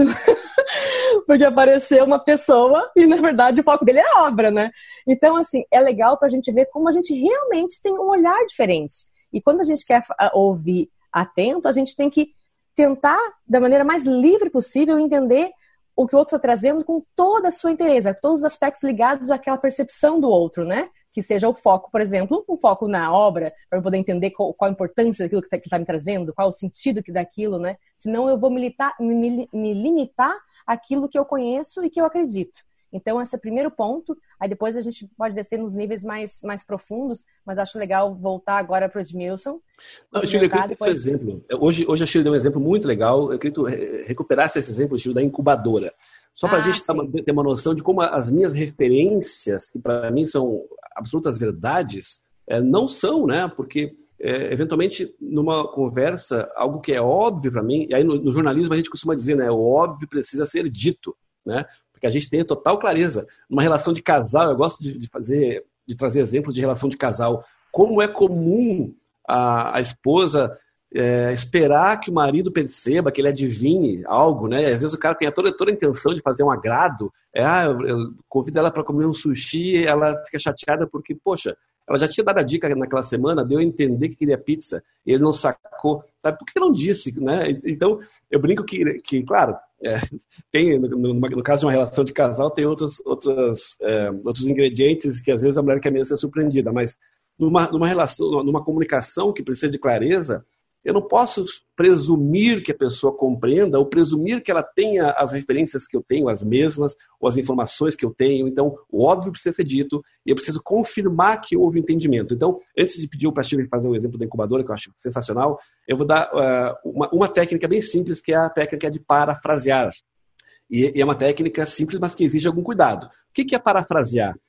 Speaker 6: Porque apareceu uma pessoa e, na verdade, o foco dele é a obra, né? Então, assim, é legal pra gente ver como a gente realmente tem um olhar diferente. E quando a gente quer ouvir atento, a gente tem que tentar, da maneira mais livre possível, entender o que o outro está trazendo com toda a sua inteireza, todos os aspectos ligados àquela percepção do outro, né? Que seja o foco, por exemplo, o foco na obra, para eu poder entender qual, qual a importância daquilo que está me trazendo, qual o sentido que daquilo, né? Senão eu vou militar, me, me limitar àquilo que eu conheço e que eu acredito. Então, esse é o primeiro ponto. Aí depois a gente pode descer nos níveis mais, mais profundos, mas acho legal voltar agora para o Edmilson.
Speaker 5: Não, Shirley, eu queria ter depois... esse exemplo. Hoje, hoje a Shirley deu um exemplo muito legal. Eu queria que tu recuperasse esse exemplo, Shirley, da incubadora. Só para a ah, gente sim. ter uma noção de como as minhas referências, que para mim são absolutas verdades, não são, né? Porque, é, eventualmente, numa conversa, algo que é óbvio para mim, e aí no, no jornalismo a gente costuma dizer, né? O óbvio precisa ser dito, né? Porque a gente tem total clareza. Numa relação de casal, eu gosto de, de fazer, de trazer exemplos de relação de casal. Como é comum a, a esposa é, esperar que o marido perceba, que ele adivinhe algo, né? Às vezes o cara tem toda, toda a intenção de fazer um agrado. É, ah, eu, eu convido ela para comer um sushi, ela fica chateada porque, poxa, ela já tinha dado a dica naquela semana, deu a entender que queria pizza, e ele não sacou, sabe? Por que não disse, né? Então, eu brinco que, que claro, é, tem, no, no caso de uma relação de casal, tem outros, outros, é, outros ingredientes que às vezes a mulher quer mesmo ser surpreendida, mas numa, numa relação, numa comunicação que precisa de clareza, eu não posso presumir que a pessoa compreenda ou presumir que ela tenha as referências que eu tenho, as mesmas, ou as informações que eu tenho. Então, o óbvio precisa ser dito e eu preciso confirmar que houve entendimento. Então, antes de pedir para a Shirley fazer o exemplo da incubadora, que eu acho sensacional, eu vou dar uh, uma, uma técnica bem simples, que é a técnica de parafrasear. E, e é uma técnica simples, mas que exige algum cuidado. O que, que é parafrasear?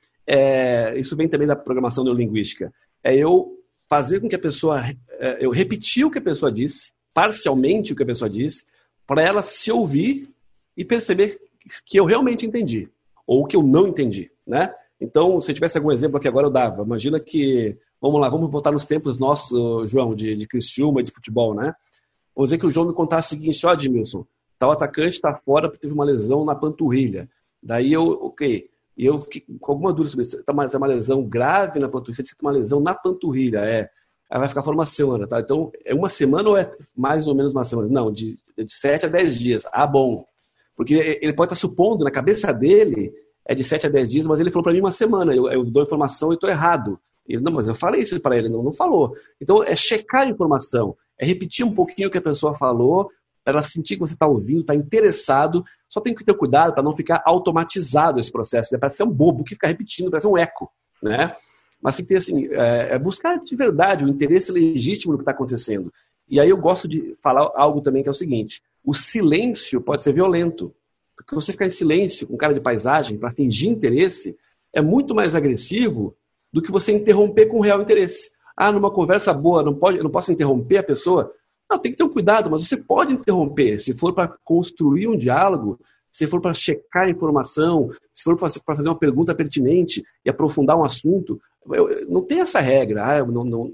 Speaker 5: É, isso vem também da programação neurolinguística. É eu fazer com que a pessoa, eu repetir o que a pessoa disse, parcialmente o que a pessoa disse, para ela se ouvir e perceber que eu realmente entendi, ou que eu não entendi, né? Então, se eu tivesse algum exemplo aqui agora, eu dava. Imagina que, vamos lá, vamos voltar nos tempos nossos, João, de, de Criciúma, de futebol, né? Vamos dizer que o João me contasse o seguinte, ó, Edmilson, tal atacante está fora porque teve uma lesão na panturrilha. Daí eu, ok... E eu fiquei com alguma dúvida sobre isso. Tá uma, uma lesão grave na panturrilha. Você disse que tem uma lesão na panturrilha. É. Ela vai ficar fora uma semana, tá? Então, é uma semana ou é mais ou menos uma semana? Não, de, de sete a dez dias. Ah, bom. Porque ele pode estar supondo, na cabeça dele, é de sete a dez dias, mas ele falou para mim uma semana. Eu, eu dou informação e estou errado. Ele, não, mas eu falei isso para ele. Não, não falou. Então, é checar a informação. É repetir um pouquinho o que a pessoa falou, para ela sentir que você está ouvindo, está interessado. Só tem que ter cuidado para não ficar automatizado esse processo. Né? Parece ser um bobo que fica repetindo, parece um eco. Né? Mas tem que ter, assim, é, é buscar de verdade o interesse legítimo do que está acontecendo. E aí eu gosto de falar algo também que é o seguinte: o silêncio pode ser violento. Porque você ficar em silêncio com cara de paisagem para fingir interesse é muito mais agressivo do que você interromper com real interesse. Ah, numa conversa boa, não pode, eu não posso interromper a pessoa? Não, tem que ter um cuidado, mas você pode interromper. Se for para construir um diálogo, se for para checar a informação, se for para fazer uma pergunta pertinente e aprofundar um assunto, eu, eu, não tem essa regra. Ah, eu não, não,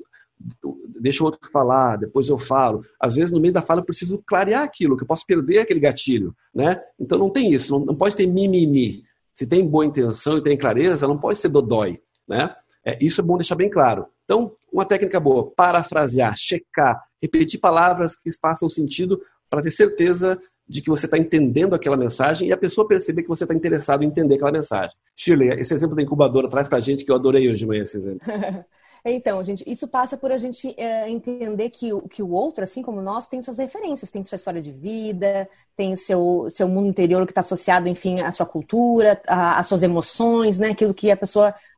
Speaker 5: deixa o outro falar, depois eu falo. Às vezes, no meio da fala, eu preciso clarear aquilo, que eu posso perder aquele gatilho. Né? Então, não tem isso. Não, não pode ter mimimi. Se tem boa intenção e tem clareza, não pode ser dodói. Né? É, isso é bom deixar bem claro. Então, uma técnica boa, parafrasear, checar, repetir palavras que façam sentido para ter certeza de que você está entendendo aquela mensagem e a pessoa perceber que você está interessado em entender aquela mensagem. Shirley, esse exemplo da incubadora traz para a gente, que eu adorei hoje de manhã esse exemplo.
Speaker 6: Então, gente, isso passa por a gente é, entender que o, que o outro, assim como nós, tem suas referências, tem sua história de vida, tem o seu, seu mundo interior que está associado, enfim, à sua cultura, às suas emoções, né? Aquilo que a pessoa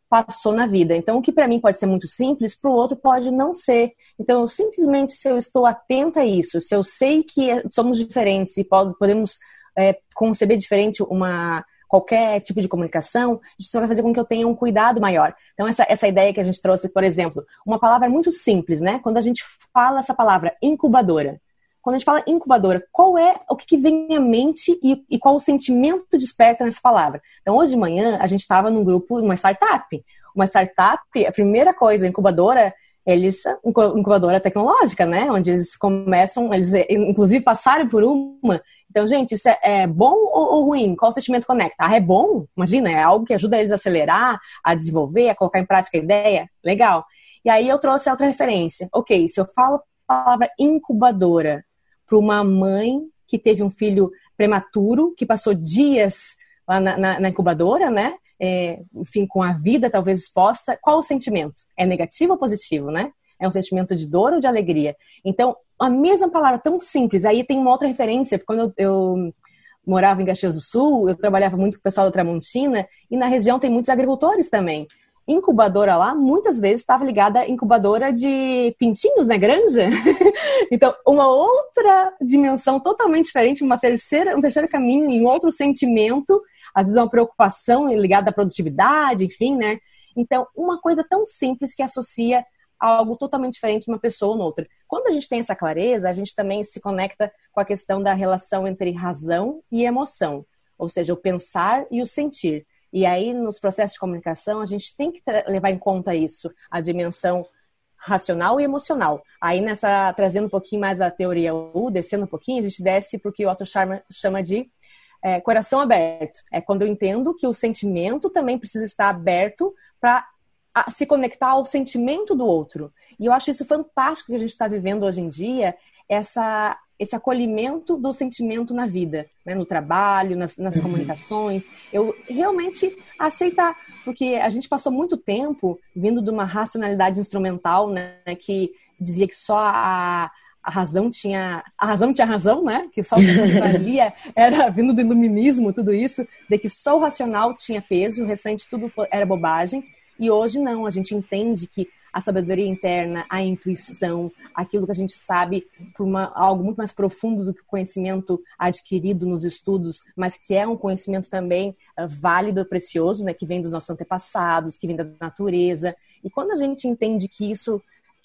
Speaker 6: passou na vida. Então, o que para mim pode ser muito simples, para o outro pode não ser. Então, eu, simplesmente, se eu estou atenta a isso, se eu sei que somos diferentes e podemos é, conceber diferente uma, qualquer tipo de comunicação, isso vai fazer com que eu tenha um cuidado maior. Então, essa, essa ideia que a gente trouxe, por exemplo, uma palavra muito simples, né? Quando a gente fala essa palavra incubadora, quando a gente fala incubadora, qual é o que, que vem à mente e, e qual o sentimento desperta nessa palavra? Então, hoje de manhã, a gente estava num grupo, uma startup. Uma startup, a primeira coisa, incubadora, eles, incubadora tecnológica, né? Onde eles começam, eles inclusive passaram por uma. Então, gente, isso é, é bom ou, ou ruim? Qual o sentimento conecta? Ah, é bom? Imagina, é algo que ajuda eles a acelerar, a desenvolver, a colocar em prática a ideia. Legal. E aí eu trouxe outra referência. Ok, se eu falo a palavra incubadora para uma mãe que teve um filho prematuro, que passou dias lá na, na, na incubadora, né? É, enfim, com a vida talvez exposta, qual o sentimento? É negativo ou positivo, né? É um sentimento de dor ou de alegria? Então, a mesma palavra tão simples, aí tem uma outra referência, porque quando eu, eu morava em Caxias do Sul, eu trabalhava muito com o pessoal da Tramontina, e na região tem muitos agricultores também. Incubadora lá, muitas vezes estava ligada à incubadora de pintinhos, né, granja? Então, uma outra dimensão totalmente diferente, uma terceira, um terceiro caminho, um outro sentimento, às vezes uma preocupação ligada à produtividade, enfim, né? Então, uma coisa tão simples que associa a algo totalmente diferente de uma pessoa ou noutra. Quando a gente tem essa clareza, a gente também se conecta com a questão da relação entre razão e emoção, ou seja, o pensar e o sentir. E aí, nos processos de comunicação, a gente tem que levar em conta isso, a dimensão racional e emocional. Aí, nessa, trazendo um pouquinho mais a teoria U, descendo um pouquinho, a gente desce porque o Otto Scharmer chama de é, coração aberto. É quando eu entendo que o sentimento também precisa estar aberto para se conectar ao sentimento do outro. E eu acho isso fantástico que a gente está vivendo hoje em dia, essa... esse acolhimento do sentimento na vida, né? No trabalho, nas, nas comunicações. Eu realmente aceitar, porque a gente passou muito tempo vindo de uma racionalidade instrumental, né? Que dizia que só a, a razão tinha a razão tinha razão, né? Que só o que valia era vindo do iluminismo, tudo isso, de que só o racional tinha peso, o restante tudo era bobagem. E hoje não, a gente entende que a sabedoria interna, a intuição, aquilo que a gente sabe por uma, algo muito mais profundo do que o conhecimento adquirido nos estudos, mas que é um conhecimento também uh, válido e precioso, né, que vem dos nossos antepassados, que vem da natureza. E quando a gente entende que isso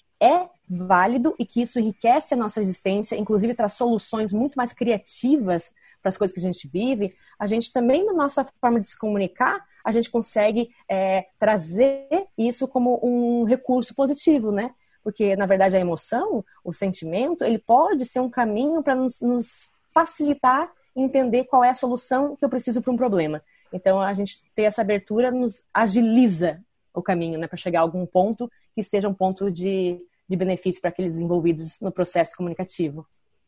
Speaker 6: é válido e que isso enriquece a nossa existência, inclusive traz soluções muito mais criativas para as coisas que a gente vive, a gente também, na nossa forma de se comunicar, a gente consegue é, trazer isso como um recurso positivo, né? Porque, na verdade, a emoção, o sentimento, ele pode ser um caminho para nos, nos facilitar entender qual é a solução que eu preciso para um problema. Então, a gente ter essa abertura nos agiliza o caminho, né? Para chegar a algum ponto que seja um ponto de, de benefício para aqueles envolvidos no processo comunicativo.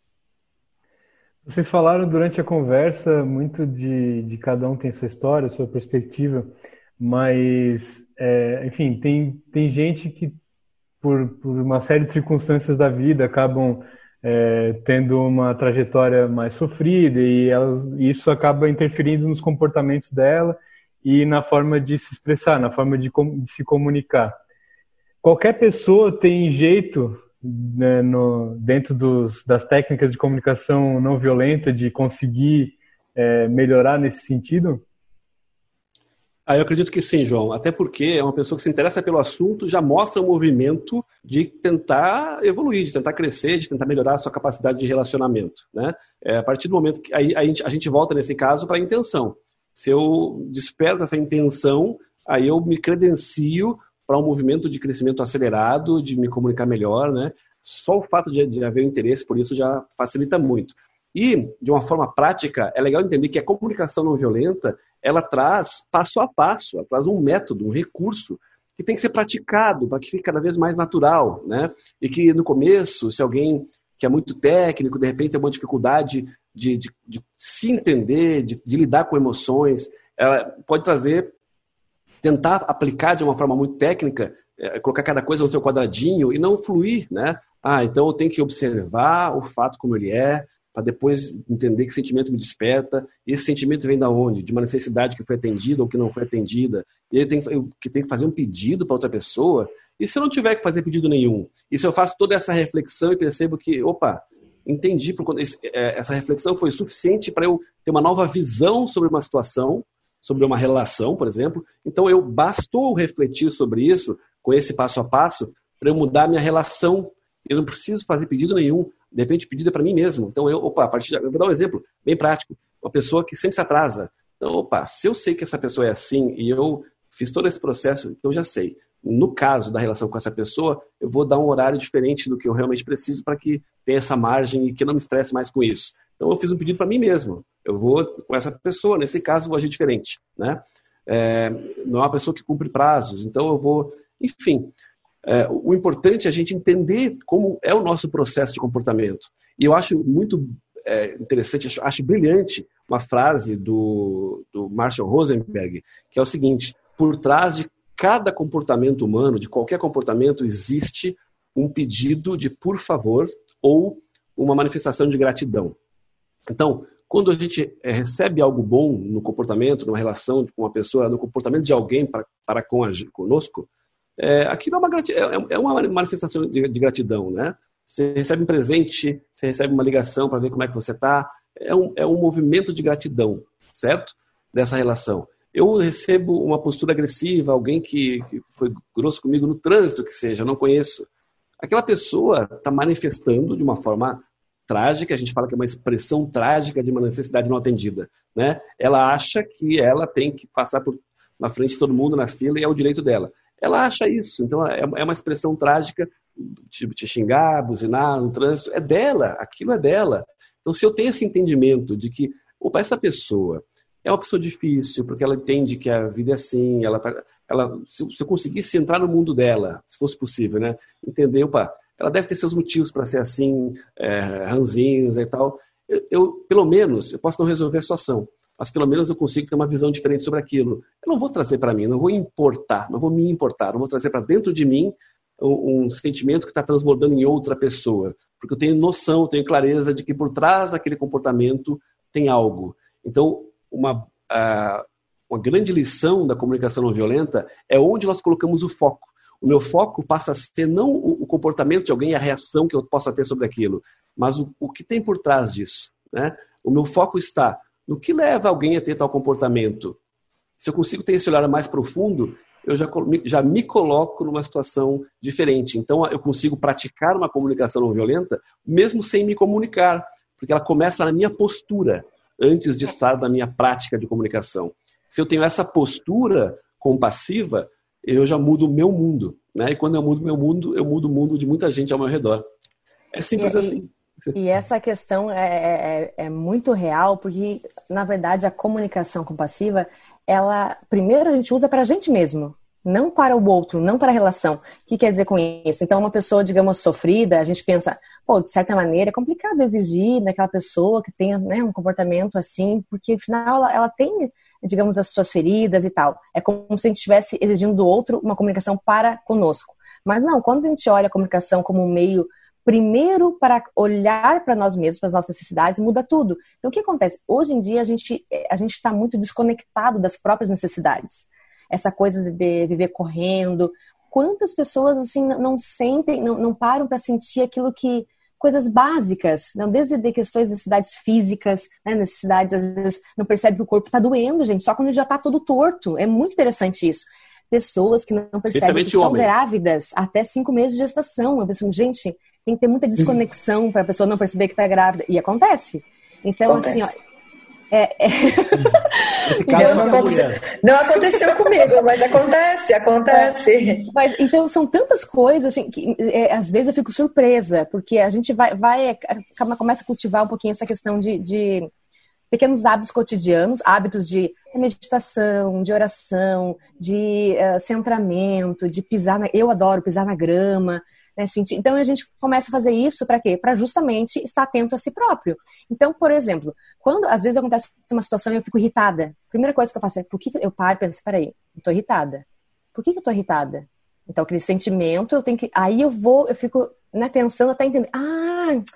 Speaker 2: Vocês falaram durante a conversa muito de, de cada um tem sua história, sua perspectiva, mas, é, enfim, tem, tem gente que, por, por uma série de circunstâncias da vida, acabam é, tendo uma trajetória mais sofrida e elas, isso acaba interferindo nos comportamentos dela e na forma de se expressar, na forma de, de se comunicar. Qualquer pessoa tem jeito... Né, no, dentro dos, das técnicas de comunicação não violenta, de conseguir é, melhorar nesse sentido?
Speaker 5: Ah, eu acredito que sim, João. Até porque é uma pessoa que se interessa pelo assunto, já mostra um movimento de tentar evoluir, de tentar crescer, de tentar melhorar a sua capacidade de relacionamento. Né? É, a partir do momento que aí, a, gente, a gente volta, nesse caso, para a intenção. Se eu desperto essa intenção, aí eu me credencio para um movimento de crescimento acelerado, de me comunicar melhor, né? Só o fato de, de haver interesse por isso já facilita muito. E, de uma forma prática, é legal entender que a comunicação não violenta, ela traz passo a passo, ela traz um método, um recurso, que tem que ser praticado para que fique cada vez mais natural, né? E que, no começo, se alguém que é muito técnico, de repente tem uma dificuldade de, de, de se entender, de, de lidar com emoções, ela pode trazer... tentar aplicar de uma forma muito técnica, é, colocar cada coisa no seu quadradinho e não fluir, né? Ah, então eu tenho que observar o fato como ele é, para depois entender que sentimento me desperta. Esse sentimento vem da onde? De uma necessidade que foi atendida ou que não foi atendida. E aí eu tenho eu, que tenho que fazer um pedido para outra pessoa. E se eu não tiver que fazer pedido nenhum? E se eu faço toda essa reflexão e percebo que, opa, entendi, porque essa reflexão foi suficiente para eu ter uma nova visão sobre uma situação, sobre uma relação, por exemplo. Então, eu bastou refletir sobre isso, com esse passo a passo, para eu mudar a minha relação. Eu não preciso fazer pedido nenhum. De repente, o pedido é para mim mesmo. Então, eu, opa, a partir de, eu vou dar um exemplo bem prático. Uma pessoa que sempre se atrasa. Então, opa, se eu sei que essa pessoa é assim e eu fiz todo esse processo, então eu já sei. No caso da relação com essa pessoa, eu vou dar um horário diferente do que eu realmente preciso para que tenha essa margem e que eu não me estresse mais com isso. Então, eu fiz um pedido para mim mesmo. Eu vou com essa pessoa, nesse caso, vou agir diferente, né? É, não é uma pessoa que cumpre prazos, então eu vou... Enfim, é, o importante é a gente entender como é o nosso processo de comportamento. E eu acho muito é, interessante, acho, acho brilhante uma frase do, do Marshall Rosenberg, que é o seguinte: por trás de cada comportamento humano, de qualquer comportamento, existe um pedido de por favor ou uma manifestação de gratidão. Então, quando a gente é, recebe algo bom no comportamento, numa relação com uma pessoa, no comportamento de alguém para, para com a, conosco, é, aquilo é uma, é, é uma manifestação de, de gratidão, né? Você recebe um presente, você recebe uma ligação para ver como é que você está, é um, é um movimento de gratidão, certo? Dessa relação. Eu recebo uma postura agressiva, alguém que, que foi grosso comigo no trânsito, que seja, eu não conheço. Aquela pessoa está manifestando de uma forma trágica, a gente fala que é uma expressão trágica de uma necessidade não atendida, né? Ela acha que ela tem que passar por, na frente de todo mundo na fila e é o direito dela. Ela acha isso, então é uma expressão trágica, te, te xingar, buzinar no trânsito, é dela, aquilo é dela. Então, se eu tenho esse entendimento de que, opa, essa pessoa é uma pessoa difícil, porque ela entende que a vida é assim, ela, ela, se eu conseguisse entrar no mundo dela, se fosse possível, né? Entender, opa, ela deve ter seus motivos para ser assim, é, ranzinza e tal. Eu, eu, pelo menos, eu posso não resolver a situação, mas pelo menos eu consigo ter uma visão diferente sobre aquilo. Eu não vou trazer para mim, não vou importar, não vou me importar, não vou trazer para dentro de mim um, um sentimento que está transbordando em outra pessoa, porque eu tenho noção, tenho clareza de que por trás daquele comportamento tem algo. Então, uma, uh, uma grande lição da comunicação não violenta é onde nós colocamos o foco. O meu foco passa a ser não o, o comportamento de alguém, a reação que eu possa ter sobre aquilo, mas o, o que tem por trás disso, né? O meu foco está no que leva alguém a ter tal comportamento. Se eu consigo ter esse olhar mais profundo, eu já, já me coloco numa situação diferente. Então, eu consigo praticar uma comunicação não violenta mesmo sem me comunicar, porque ela começa na minha postura, antes de estar na minha prática de comunicação. Se eu tenho essa postura compassiva, eu já mudo o meu mundo, né? E quando eu mudo o meu mundo, eu mudo o mundo de muita gente ao meu redor. É simples
Speaker 6: e,
Speaker 5: assim.
Speaker 6: E essa questão é, é, é muito real, porque, na verdade, a comunicação compassiva, ela, primeiro, a gente usa para a gente mesmo, não para o outro, não para a relação. O que quer dizer com isso? Então, uma pessoa, digamos, sofrida, a gente pensa, pô, de certa maneira, é complicado exigir daquela pessoa que tenha, né, um comportamento assim, porque, afinal, ela, ela tem, digamos, as suas feridas e tal. É como se a gente estivesse exigindo do outro uma comunicação para conosco. Mas não, quando a gente olha a comunicação como um meio, primeiro, para olhar para nós mesmos, para as nossas necessidades, muda tudo. Então, o que acontece? Hoje em dia, a gente a gente está muito desconectado das próprias necessidades. Essa coisa de viver correndo. Quantas pessoas, assim, não sentem, não, não param para sentir aquilo que... Coisas básicas, não, desde questões de necessidades físicas, né, necessidades, às vezes, não percebe que o corpo está doendo, gente, só quando já está todo torto. É muito interessante isso. Pessoas que não percebem que estão grávidas até cinco meses de gestação. Eu penso, gente, tem que ter muita desconexão para a pessoa não perceber que está grávida. E acontece. Então, acontece. assim, ó... É, é...
Speaker 5: Esse caso
Speaker 4: então, não, aconteceu, não aconteceu comigo, mas acontece, acontece.
Speaker 6: Mas, então, são tantas coisas, assim, que é, às vezes eu fico surpresa, porque a gente vai, vai começa a cultivar um pouquinho essa questão de, de pequenos hábitos cotidianos, hábitos de meditação, de oração, de uh, centramento, de pisar na... Eu adoro pisar na grama, né, sentir... Então, a gente começa a fazer isso para quê? Para justamente estar atento a si próprio. Então, por exemplo, quando às vezes acontece uma situação e eu fico irritada, a primeira coisa que eu faço é, por que eu paro e penso, peraí, eu tô irritada. Por que, que eu tô irritada? Então, aquele sentimento, eu tenho que... Aí eu vou, eu fico, né, pensando até entender, ah,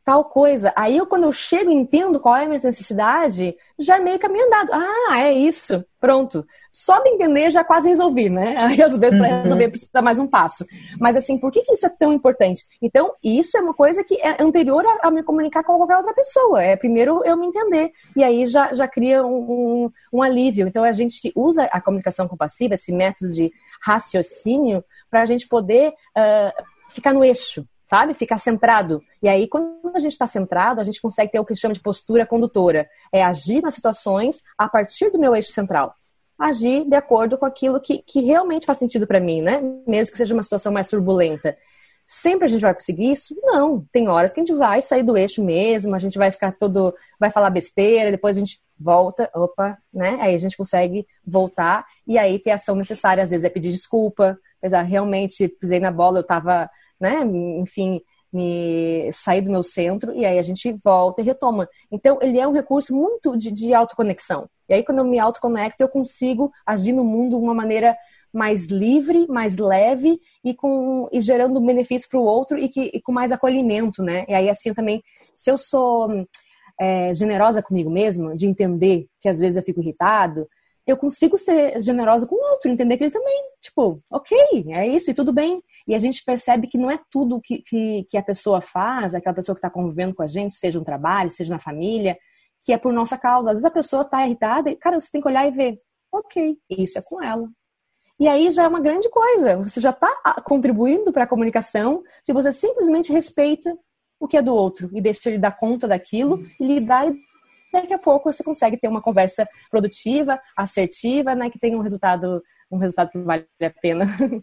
Speaker 6: tal coisa. Aí, eu, quando eu chego e entendo qual é a minha necessidade, já é meio caminho andado. Ah, é isso. Pronto. Só de entender, já quase resolvi, né? Aí, às vezes, para resolver, precisa mais um passo. Mas, assim, por que, que isso é tão importante? Então, isso é uma coisa que é anterior a, a me comunicar com qualquer outra pessoa. É primeiro eu me entender. E aí, já, já cria um, um, um alívio. Então, a gente usa a comunicação compassiva, esse método de raciocínio, para a gente poder uh, ficar no eixo. Sabe? Ficar centrado. E aí, quando a gente está centrado, a gente consegue ter o que chama de postura condutora. É agir nas situações a partir do meu eixo central. Agir de acordo com aquilo que, que realmente faz sentido para mim, né? Mesmo que seja uma situação mais turbulenta. Sempre a gente vai conseguir isso? Não. Tem horas que a gente vai sair do eixo mesmo, a gente vai ficar todo... vai falar besteira, depois a gente volta, opa, né? Aí a gente consegue voltar e aí ter a ação necessária. Às vezes é pedir desculpa. Apesar, realmente, pisei na bola, eu tava... né, enfim, me sair do meu centro e aí a gente volta e retoma. Então, ele é um recurso muito de, de autoconexão. E aí, quando eu me autoconecto, eu consigo agir no mundo de uma maneira mais livre, mais leve e, com, e gerando benefício para o outro e, que, e com mais acolhimento, né? E aí, assim, eu também, se eu sou é, generosa comigo mesma, de entender que às vezes eu fico irritado, eu consigo ser generosa com o outro, entender que ele também, tipo, ok, é isso e tudo bem. E a gente percebe que não é tudo que, que, que a pessoa faz, aquela pessoa que está convivendo com a gente, seja no trabalho, seja na família, que é por nossa causa. Às vezes a pessoa está irritada e, cara, você tem que olhar e ver, ok, isso é com ela. E aí já é uma grande coisa. Você já está contribuindo para a comunicação se você simplesmente respeita o que é do outro e deixa ele dar conta daquilo e lidar e daqui a pouco você consegue ter uma conversa produtiva, assertiva, né, que tenha um resultado, um resultado que vale a pena.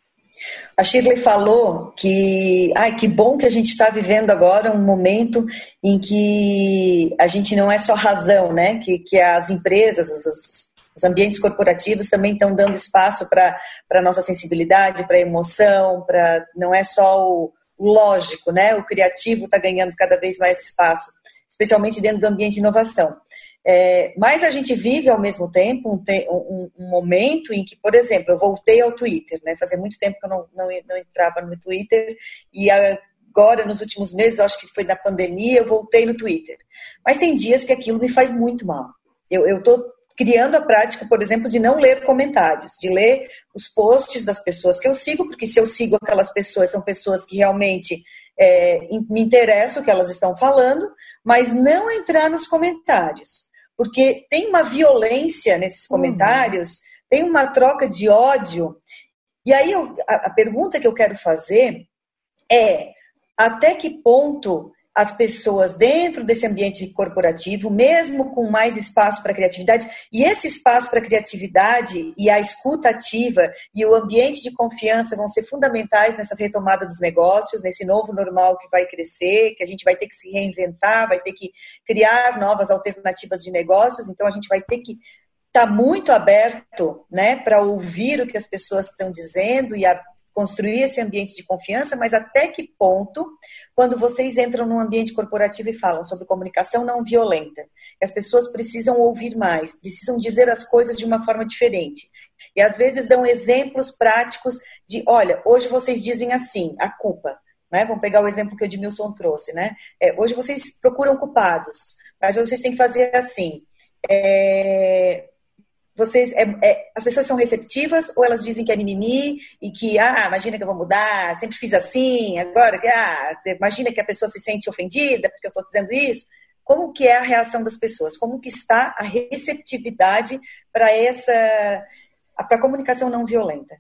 Speaker 4: A Shirley falou que, ai, que bom que a gente está vivendo agora um momento em que a gente não é só razão, né, que, que as empresas, os, os ambientes corporativos também estão dando espaço para a nossa sensibilidade, para a emoção, para não é só o, o lógico, né, o criativo está ganhando cada vez mais espaço, especialmente dentro do ambiente de inovação. É, mas a gente vive, ao mesmo tempo, um, te, um, um momento em que, por exemplo, eu voltei ao Twitter, né? Fazia muito tempo que eu não, não, não entrava no Twitter, e agora, nos últimos meses, acho que foi na pandemia, eu voltei no Twitter. Mas tem dias que aquilo me faz muito mal. Eu estou criando a prática, por exemplo, de não ler comentários, de ler os posts das pessoas que eu sigo, porque se eu sigo aquelas pessoas, são pessoas que realmente... É, me interessa o que elas estão falando, mas não entrar nos comentários, porque tem uma violência nesses comentários, uhum. Tem uma troca de ódio, e aí eu, a, a pergunta que eu quero fazer é, até que ponto as pessoas dentro desse ambiente corporativo, mesmo com mais espaço para criatividade, e esse espaço para criatividade e a escuta ativa e o ambiente de confiança vão ser fundamentais nessa retomada dos negócios, nesse novo normal que vai crescer, que a gente vai ter que se reinventar, vai ter que criar novas alternativas de negócios, então a gente vai ter que estar muito aberto, né, para ouvir o que as pessoas estão dizendo e a construir esse ambiente de confiança, mas até que ponto, quando vocês entram num ambiente corporativo e falam sobre comunicação não violenta, que as pessoas precisam ouvir mais, precisam dizer as coisas de uma forma diferente. E às vezes dão exemplos práticos de, olha, hoje vocês dizem assim, a culpa, né? Vamos pegar o exemplo que o Edmilson trouxe, né? É, hoje vocês procuram culpados, mas vocês têm que fazer assim, é... Vocês, é, é, as pessoas são receptivas ou elas dizem que é mimimi e que, ah, imagina que eu vou mudar, sempre fiz assim, agora, ah, imagina que a pessoa se sente ofendida porque eu estou dizendo isso. Como que é a reação das pessoas? Como que está a receptividade para essa, para a comunicação não violenta?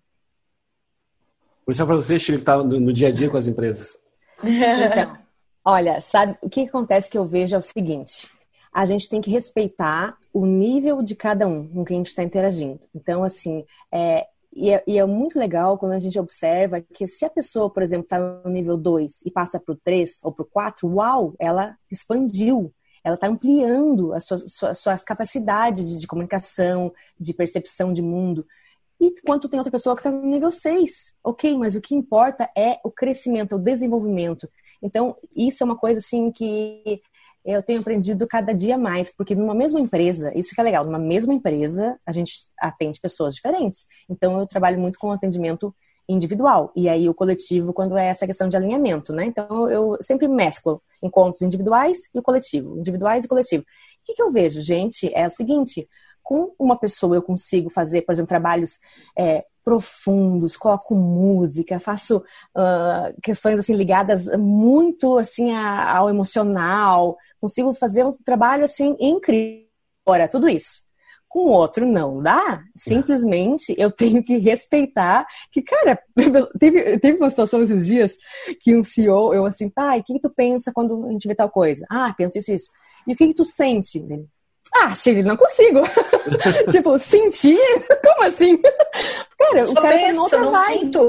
Speaker 5: Por isso é para você, Chico, que está no, no dia a dia com as empresas.
Speaker 6: Então, olha, sabe, o que acontece que eu vejo é o seguinte... A gente tem que respeitar o nível de cada um com quem a gente está interagindo. Então, assim, é, e, é, e é muito legal quando a gente observa que se a pessoa, por exemplo, está no nível dois e passa para o três ou para o quatro, uau, ela expandiu, ela está ampliando a sua, sua, sua capacidade de, de comunicação, de percepção de mundo. E enquanto tem outra pessoa que está no nível seis, ok, mas o que importa é o crescimento, o desenvolvimento. Então, isso é uma coisa assim que... eu tenho aprendido cada dia mais, porque numa mesma empresa, isso que é legal, numa mesma empresa a gente atende pessoas diferentes. Então eu trabalho muito com atendimento individual. E aí o coletivo, quando é essa questão de alinhamento, né? Então eu sempre mesclo encontros individuais e o coletivo, individuais e coletivo. O que, que eu vejo, gente? É o seguinte, com uma pessoa eu consigo fazer, por exemplo, trabalhos é, profundos, coloco música, faço uh, questões assim ligadas muito assim a, ao emocional, consigo fazer um trabalho assim incrível. Ora, tudo isso. Com o outro não dá, simplesmente eu tenho que respeitar que, cara, teve, teve uma situação esses dias que um C E O, eu assim, pai, o que, que tu pensa quando a gente vê tal coisa? Ah, penso isso, isso. E o que, que tu sente? Ah, Shirley, não consigo. Tipo, sentir? Como assim? Cara,
Speaker 4: eu
Speaker 6: o cara
Speaker 4: penso,
Speaker 6: tá noutra
Speaker 4: não
Speaker 6: vibe.
Speaker 4: Sinto.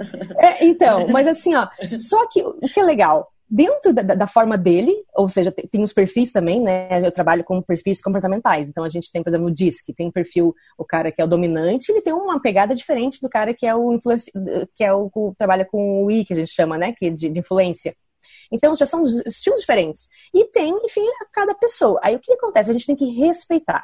Speaker 6: É, então, mas assim, ó, só que o que é legal, dentro da, da forma dele, ou seja, tem, tem os perfis também, né? Eu trabalho com perfis comportamentais. Então a gente tem, por exemplo, no D I S C, tem perfil, o cara que é o dominante, ele tem uma pegada diferente do cara que é o influenci... que é o que trabalha com o I, que a gente chama, né? Que é de, de influência. Então já são estilos diferentes. E tem, enfim, a cada pessoa. Aí o que acontece? A gente tem que respeitar.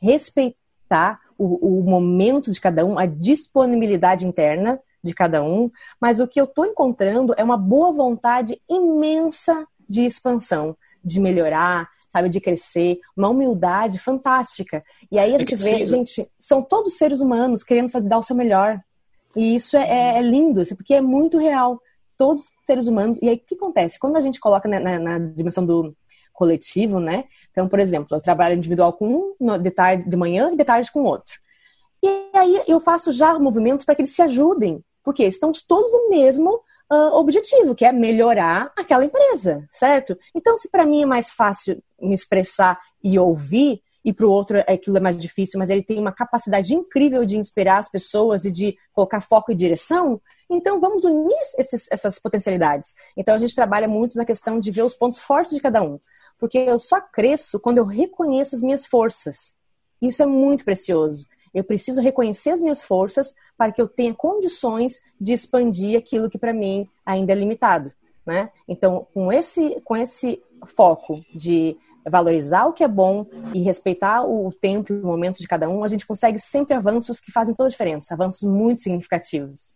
Speaker 6: Respeitar o, o momento de cada um, a disponibilidade interna de cada um, mas o que eu estou encontrando é uma boa vontade imensa de expansão, de melhorar, sabe, de crescer, uma humildade fantástica. E aí a gente vê, gente, são todos seres humanos querendo fazer, dar o seu melhor. E isso é, é, é lindo, porque é muito real. Todos seres humanos. E aí o que acontece? Quando a gente coloca na, na, na dimensão do coletivo, né? Então, por exemplo, eu trabalho individual com um, de, tarde, de manhã e de tarde com outro. E aí eu faço já movimentos para que eles se ajudem. Porque estão todos no mesmo uh, objetivo, que é melhorar aquela empresa, certo? Então, se para mim é mais fácil me expressar e ouvir, e para o outro aquilo é mais difícil, mas ele tem uma capacidade incrível de inspirar as pessoas e de colocar foco e direção, então vamos unir esses, essas potencialidades. Então a gente trabalha muito na questão de ver os pontos fortes de cada um, porque eu só cresço quando eu reconheço as minhas forças. Isso é muito precioso. Eu preciso reconhecer as minhas forças para que eu tenha condições de expandir aquilo que para mim ainda é limitado, né? Então, com esse, com esse foco de valorizar o que é bom e respeitar o tempo e o momento de cada um, a gente consegue sempre avanços que fazem toda a diferença, avanços muito significativos.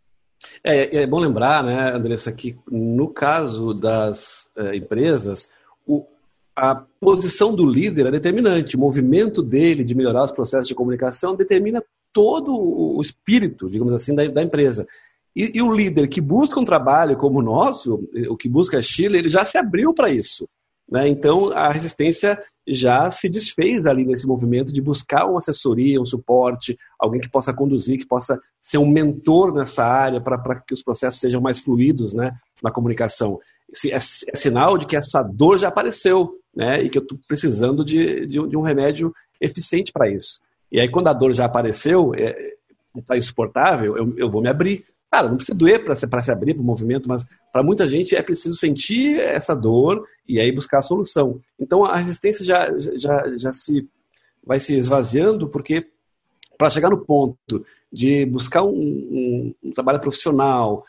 Speaker 5: É, é bom lembrar, né, Andressa, que no caso das é, empresas, o a posição do líder é determinante, o movimento dele de melhorar os processos de comunicação determina todo o espírito, digamos assim, da, da empresa. E, e o líder que busca um trabalho como o nosso, o que busca a Shirley, ele já se abriu para isso, né? Então a resistência já se desfez ali nesse movimento de buscar uma assessoria, um suporte, alguém que possa conduzir, que possa ser um mentor nessa área para que os processos sejam mais fluidos, né, na comunicação. É, é sinal de que essa dor já apareceu, né, e que eu estou precisando de, de, de um remédio eficiente para isso. E aí, quando a dor já apareceu, está é, insuportável, eu, eu vou me abrir. Cara, não precisa doer para se, se abrir para o movimento, mas para muita gente é preciso sentir essa dor e aí buscar a solução. Então, a resistência já, já, já se, vai se esvaziando, porque para chegar no ponto de buscar um, um, um trabalho profissional,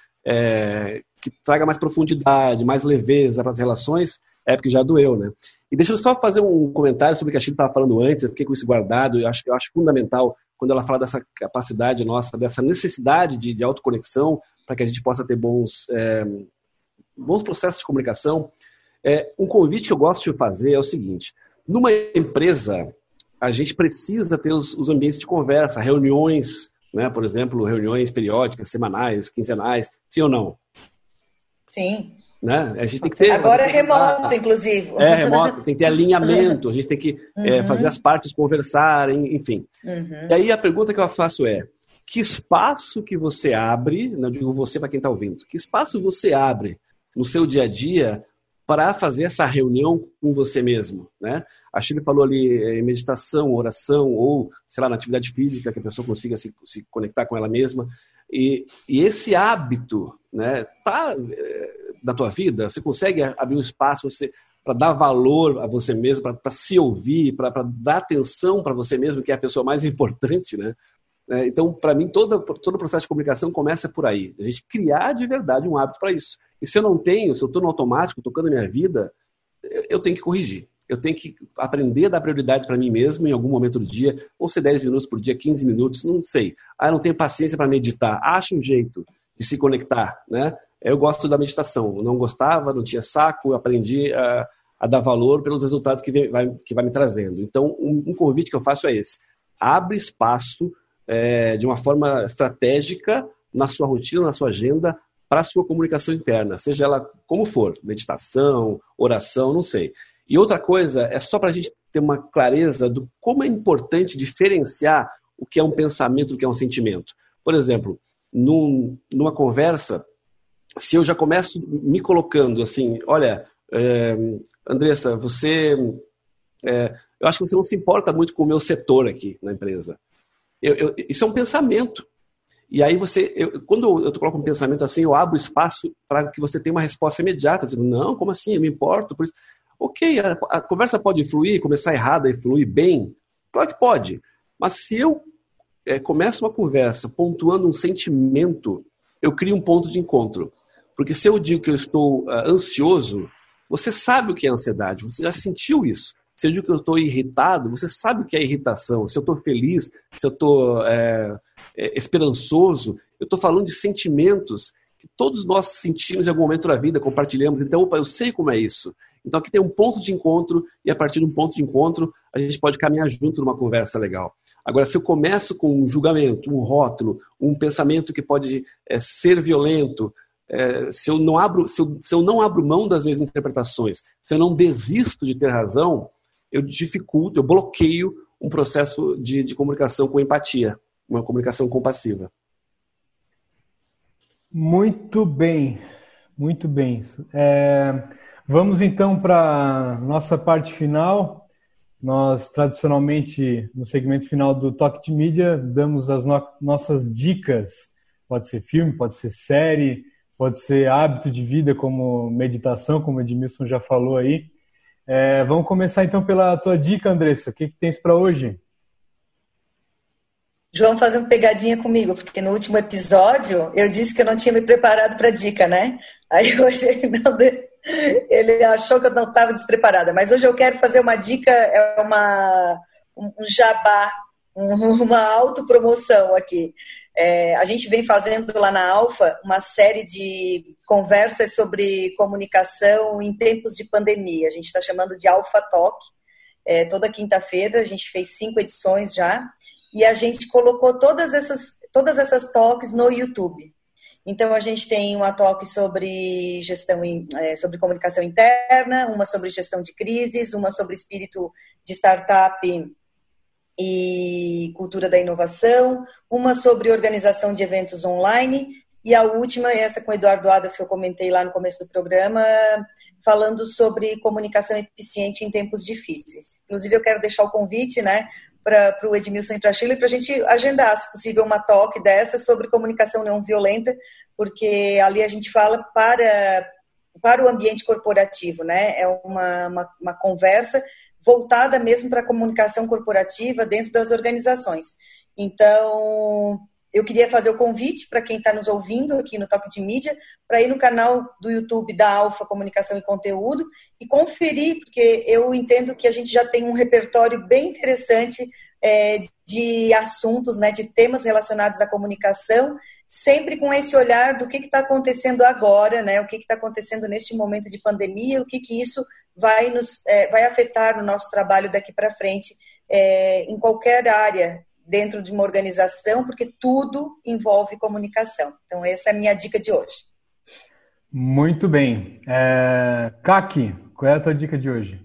Speaker 5: é, que traga mais profundidade, mais leveza para as relações, é porque já doeu, né? E deixa eu só fazer um comentário sobre o que a Shirley estava falando antes, eu fiquei com isso guardado, eu acho, eu acho fundamental quando ela fala dessa capacidade nossa, dessa necessidade de, de autoconexão, para que a gente possa ter bons, é, bons processos de comunicação. É, um convite que eu gosto de fazer é o seguinte: numa empresa, a gente precisa ter os, os ambientes de conversa, reuniões, né? Por exemplo, reuniões periódicas, semanais, quinzenais, sim ou não?
Speaker 4: Sim.
Speaker 5: Né? A gente tem que ter...
Speaker 4: Agora é remoto, inclusive.
Speaker 5: É, remoto, tem que ter alinhamento, a gente tem que uhum. é, fazer as partes conversarem, enfim. Uhum. E aí a pergunta que eu faço é: que espaço que você abre, não digo você para quem está ouvindo, que espaço você abre no seu dia a dia para fazer essa reunião com você mesmo, né? A Shirley falou ali em meditação, oração, ou, sei lá, na atividade física, que a pessoa consiga se, se conectar com ela mesma. E, e esse hábito, né, tá é, da tua vida, você consegue abrir um espaço para dar valor a você mesmo, para se ouvir, para dar atenção para você mesmo, que é a pessoa mais importante, né? É, então, para mim, todo, todo o processo de comunicação começa por aí. A gente criar de verdade um hábito para isso. E se eu não tenho, se eu estou no automático, tocando a minha vida, eu, eu tenho que corrigir. Eu tenho que aprender a dar prioridade para mim mesmo em algum momento do dia, ou ser dez minutos por dia, quinze minutos, não sei. Ah, eu não tenho paciência para meditar. Acha um jeito. de se conectar, né? Eu gosto da meditação, eu não gostava, não tinha saco, eu aprendi a, a dar valor pelos resultados que, vem, vai, que vai me trazendo. Então, um, um convite que eu faço é esse. Abre espaço é, de uma forma estratégica na sua rotina, na sua agenda, para a sua comunicação interna, seja ela como for, meditação, oração, não sei. E outra coisa, é só para a gente ter uma clareza do como é importante diferenciar o que é um pensamento do que é um sentimento. Por exemplo, num, numa conversa, se eu já começo me colocando assim, olha, é, Andressa, você, é, eu acho que você não se importa muito com o meu setor aqui na empresa. Eu, eu, isso é um pensamento. E aí você, eu, quando eu coloco um pensamento assim, eu abro espaço para que você tenha uma resposta imediata, dizendo, não, como assim, eu me importo por isso. Ok, a, a conversa pode fluir, começar errada e fluir bem? Claro que pode. Mas se eu é, começo uma conversa pontuando um sentimento, eu crio um ponto de encontro. Porque se eu digo que eu estou uh, ansioso, você sabe o que é ansiedade, você já sentiu isso. Se eu digo que eu estou irritado, você sabe o que é irritação. Se eu estou feliz, se eu estou é, é, esperançoso, eu estou falando de sentimentos que todos nós sentimos em algum momento da vida, compartilhamos. Então, opa, eu sei como é isso. Então, aqui tem um ponto de encontro e a partir de um ponto de encontro, a gente pode caminhar junto numa conversa legal. Agora, se eu começo com um julgamento, um rótulo, um pensamento que pode é, ser violento, é, se, eu não abro, se, eu, se eu não abro mão das minhas interpretações, se eu não desisto de ter razão, eu dificulto, eu bloqueio um processo de, de comunicação com empatia, uma comunicação compassiva.
Speaker 2: Muito bem, muito bem. É, vamos então para a nossa parte final. Nós, tradicionalmente, no segmento final do Toque de Mídia, damos as no- nossas dicas. Pode ser filme, pode ser série, pode ser hábito de vida, como meditação, como o Edmilson já falou aí. É, vamos começar então pela tua dica, Andressa. O que, que tens para hoje?
Speaker 4: João fazendo pegadinha comigo, porque no último episódio eu disse que eu não tinha me preparado para dica, né? Aí hoje ele, não de... ele achou que eu não estava despreparada. Mas hoje eu quero fazer uma dica, é uma, um jabá, uma autopromoção aqui. É, a gente vem fazendo lá na Alfa uma série de conversas sobre comunicação em tempos de pandemia. A gente está chamando de Alfa Talk. É, toda quinta-feira, a gente fez cinco edições já. E a gente colocou todas essas, todas essas talks no YouTube. Então, a gente tem uma talk sobre gestão, é, sobre comunicação interna, uma sobre gestão de crises, uma sobre espírito de startup e cultura da inovação, uma sobre organização de eventos online e a última, essa com o Eduardo Adas, que eu comentei lá no começo do programa, falando sobre comunicação eficiente em tempos difíceis. Inclusive, eu quero deixar o convite, né, para o Edmilson e para a Shirley, para a gente agendar, se possível, uma talk dessa sobre comunicação não violenta, porque ali a gente fala para, para o ambiente corporativo, né? É uma, uma, uma conversa voltada mesmo para a comunicação corporativa dentro das organizações. Então, eu queria fazer o convite para quem está nos ouvindo aqui no Toque de Mídia, para ir no canal do YouTube da Alfa Comunicação e Conteúdo e conferir, porque eu entendo que a gente já tem um repertório bem interessante é, de assuntos, né, de temas relacionados à comunicação, sempre com esse olhar do que está acontecendo agora, né, o que está acontecendo neste momento de pandemia, o que, que isso vai, nos, é, vai afetar no nosso trabalho daqui para frente, é, em qualquer área dentro de uma organização, porque tudo envolve comunicação. Então, essa é a minha dica de hoje.
Speaker 2: Muito bem. É... Kaki, qual é a tua dica de hoje?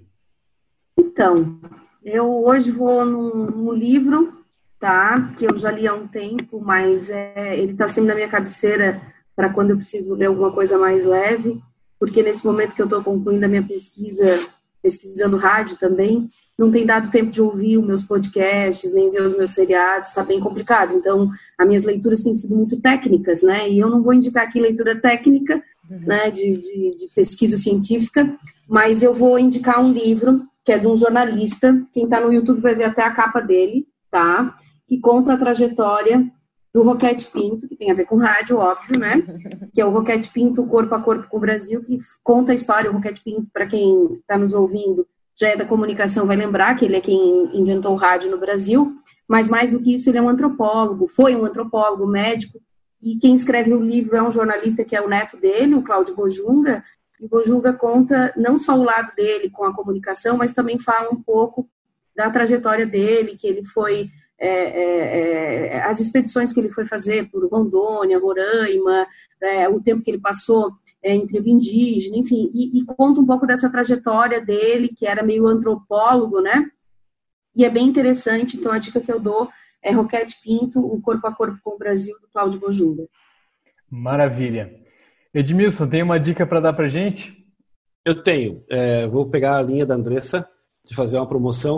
Speaker 3: Então, eu hoje vou num, num livro, tá? Que eu já li há um tempo, mas é, ele está sempre na minha cabeceira para quando eu preciso ler alguma coisa mais leve, porque nesse momento que eu estou concluindo a minha pesquisa, pesquisando rádio também, não tem dado tempo de ouvir os meus podcasts, nem ver os meus seriados, está bem complicado. Então, as minhas leituras têm sido muito técnicas, né? E eu não vou indicar aqui leitura técnica, uhum. né, de, de, de pesquisa científica, mas eu vou indicar um livro que é de um jornalista, quem está no YouTube vai ver até a capa dele, tá? Que conta a trajetória do Roquete Pinto, que tem a ver com rádio, óbvio, né? Que é o Roquete Pinto, Corpo a Corpo com o Brasil, que conta a história. O Roquete Pinto, para quem está nos ouvindo, já é da comunicação, vai lembrar que ele é quem inventou o rádio no Brasil, mas mais do que isso, ele é um antropólogo, foi um antropólogo, médico, e quem escreve o livro é um jornalista que é o neto dele, o Cláudio Bojunga, e o Bojunga conta não só o lado dele com a comunicação, mas também fala um pouco da trajetória dele, que ele foi, é, é, é, as expedições que ele foi fazer por Rondônia, Roraima, é, o tempo que ele passou é, em tribo indígena, enfim, e, e conta um pouco dessa trajetória dele, que era meio antropólogo, né? E é bem interessante, então a dica que eu dou é Roquete Pinto, o Corpo a Corpo com o Brasil, do Cláudio Bojunga.
Speaker 2: Maravilha. Edmilson, tem uma dica para dar para gente?
Speaker 5: Eu tenho. É, vou pegar a linha da Andressa de fazer uma promoção,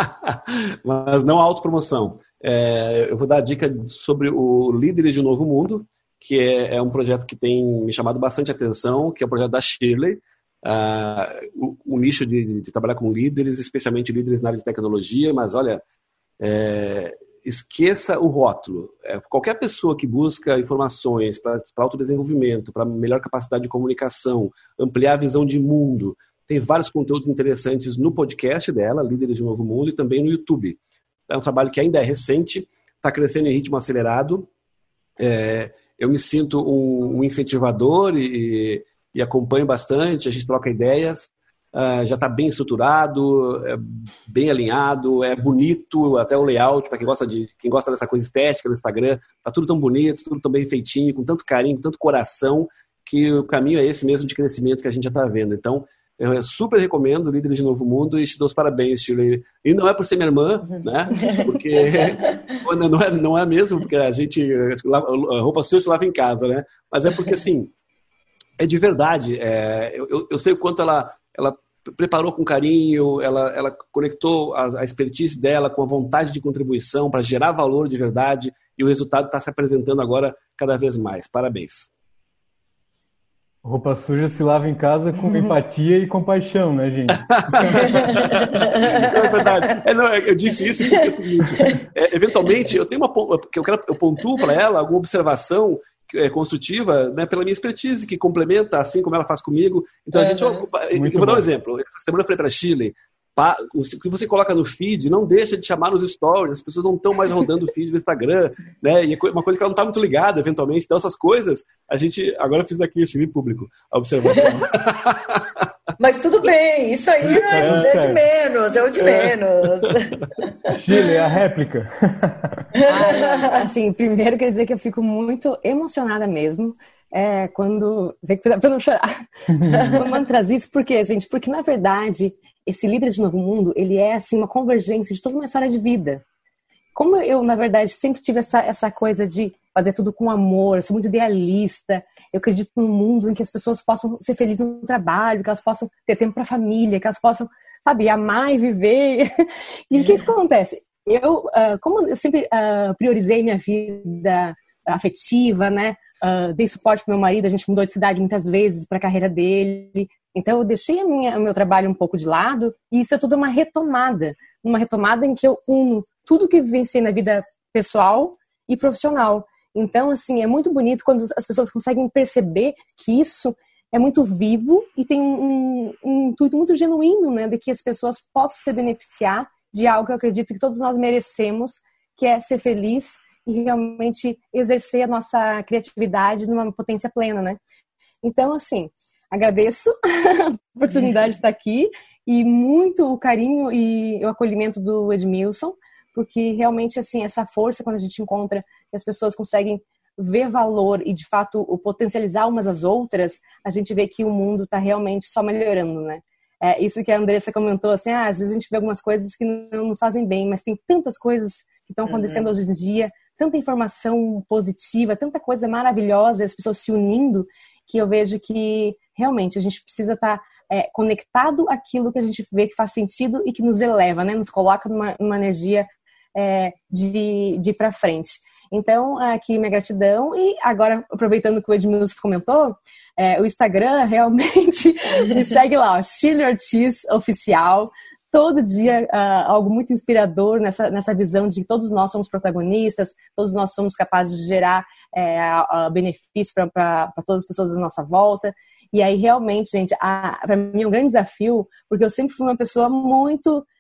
Speaker 5: mas não autopromoção. É, eu vou dar a dica sobre o Líderes de um Novo Mundo, que é, é um projeto que tem me chamado bastante atenção, que é o projeto da Shirley, uh, o, o nicho de, de trabalhar com líderes, especialmente líderes na área de tecnologia, mas olha, é, esqueça o rótulo. É, qualquer pessoa que busca informações para autodesenvolvimento, para melhor capacidade de comunicação, ampliar a visão de mundo, tem vários conteúdos interessantes no podcast dela, Líderes de um Novo Mundo, e também no YouTube. É um trabalho que ainda é recente, está crescendo em ritmo acelerado. É, eu me sinto um, um incentivador e, e acompanho bastante, a gente troca ideias. Uh, já está bem estruturado, é bem alinhado, é bonito, até o layout, para quem gosta de quem gosta dessa coisa estética no Instagram, tá tudo tão bonito, tudo tão bem feitinho, com tanto carinho, com tanto coração, que o caminho é esse mesmo de crescimento que a gente já está vendo. Então, eu super recomendo Líderes de Novo Mundo e te dou os parabéns, Shirley. E não é por ser minha irmã, né? Porque não é, não é mesmo, porque a gente, a roupa suja se lava em casa, né? Mas é porque, assim, é de verdade. É, eu, eu sei o quanto ela ela preparou com carinho, ela, ela conectou a, a expertise dela com a vontade de contribuição para gerar valor de verdade, e o resultado está se apresentando agora cada vez mais. Parabéns.
Speaker 2: Roupa suja se lava em casa com empatia e compaixão, né, gente?
Speaker 5: É verdade. É, não, eu disse isso porque é o seguinte, é, eventualmente eu tenho uma que eu, quero, eu pontuo para ela alguma observação é, construtiva, né, pela minha expertise, que complementa, assim como ela faz comigo. Então, é, a gente... Eu, eu vou bom. dar um exemplo. Essa semana eu falei para a Shirley, o que você coloca no feed, não deixa de chamar nos stories, as pessoas não estão mais rodando o feed do Instagram, né, e é uma coisa que ela não está muito ligada, eventualmente. Então, essas coisas, a gente... Agora eu fiz aqui, eu tive público, a observação.
Speaker 4: Mas tudo bem, isso aí é, é, é de menos, é o de é. menos.
Speaker 2: Shirley, a réplica.
Speaker 6: Ah, assim, primeiro quer dizer que eu fico muito emocionada mesmo, é, quando... Pra não chorar. Quando o Mano traz isso, por quê, gente? Porque, na verdade, esse Líderes de Novo Mundo, ele é, assim, uma convergência de toda uma história de vida. Como eu, na verdade, sempre tive essa, essa coisa de fazer tudo com amor, eu sou muito idealista, eu acredito num mundo em que as pessoas possam ser felizes no trabalho, que elas possam ter tempo para a família, que elas possam, sabe, amar e viver. E o que, que acontece? Eu, uh, como eu sempre uh, priorizei minha vida afetiva, né, uh, dei suporte para meu marido, a gente mudou de cidade muitas vezes para a carreira dele, então eu deixei a minha, o meu trabalho um pouco de lado, e isso é tudo uma retomada, uma retomada em que eu uno tudo que vivenciei na vida pessoal e profissional. Então, assim, é muito bonito quando as pessoas conseguem perceber que isso é muito vivo e tem um, um intuito muito genuíno, né, de que as pessoas possam se beneficiar de algo que eu acredito que todos nós merecemos, que é ser feliz e realmente exercer a nossa criatividade numa potência plena, né? Então, assim, agradeço a oportunidade de estar aqui e muito o carinho e o acolhimento do Edmilson, porque realmente, assim, essa força, quando a gente encontra que as pessoas conseguem ver valor e, de fato, o potencializar umas às outras, a gente vê que o mundo está realmente só melhorando, né? É, isso que a Andressa comentou, assim, ah, às vezes a gente vê algumas coisas que não nos fazem bem, mas tem tantas coisas que estão acontecendo uhum. hoje em dia, tanta informação positiva, tanta coisa maravilhosa, as pessoas se unindo, que eu vejo que realmente a gente precisa estar tá, é, conectado àquilo que a gente vê que faz sentido e que nos eleva, né? Nos coloca numa, numa energia é, de, de ir para frente. Então, aqui minha gratidão. E agora, aproveitando que o Edmilson comentou, é, o Instagram realmente me segue lá, Shirley Ortiz Oficial. Todo dia uh, algo muito inspirador nessa, nessa visão de que todos nós somos protagonistas, todos nós somos capazes de gerar é, a, a benefício para todas as pessoas à nossa volta. E aí, realmente, gente, para mim é um grande desafio, porque eu sempre fui uma pessoa muito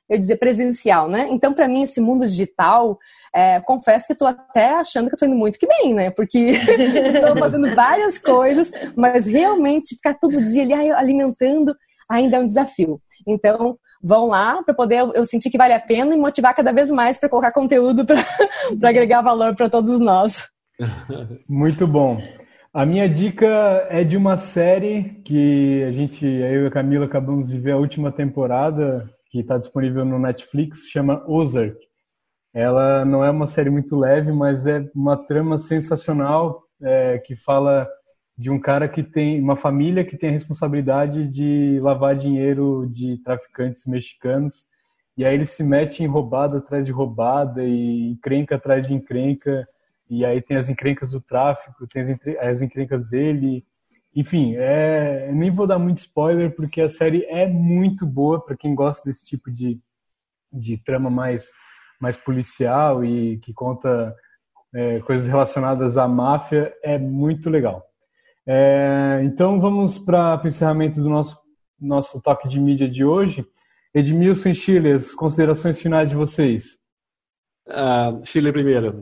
Speaker 6: eu dizer, presencial, né? Então, para mim, esse mundo digital, é, confesso que estou até achando que estou indo muito que bem, né? Porque estou fazendo várias coisas, mas realmente ficar todo dia ali alimentando ainda é um desafio. Então, vão lá para poder eu sentir que vale a pena e motivar cada vez mais para colocar conteúdo para agregar valor para todos nós.
Speaker 2: Muito bom. A minha dica é de uma série que a gente, eu e a Camila, acabamos de ver a última temporada, que está disponível no Netflix, chama Ozark. Ela não é uma série muito leve, mas é uma trama sensacional, é, que fala de um cara que tem, uma família que tem a responsabilidade de lavar dinheiro de traficantes mexicanos, e aí ele se mete em roubada atrás de roubada e encrenca atrás de encrenca, e aí tem as encrencas do tráfico, tem as encrencas dele, enfim, é, nem vou dar muito spoiler porque a série é muito boa para quem gosta desse tipo de, de trama mais, mais policial e que conta é, coisas relacionadas à máfia, é muito legal. É, então vamos para o encerramento do nosso, nosso toque de mídia de hoje. Edmilson e Shirley, as considerações finais de vocês.
Speaker 5: Uh, Shirley primeiro.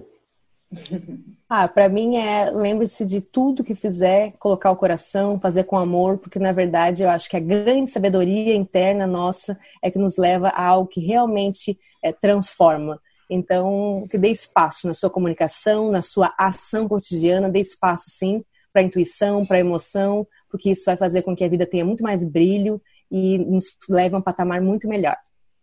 Speaker 6: Ah, para mim é, lembre-se de tudo que fizer, colocar o coração, fazer com amor, porque na verdade eu acho que a grande sabedoria interna nossa é que nos leva a algo que realmente é, transforma. Então, que dê espaço na sua comunicação, na sua ação cotidiana, dê espaço sim para a intuição, para a emoção, porque isso vai fazer com que a vida tenha muito mais brilho e nos leve a um patamar muito melhor.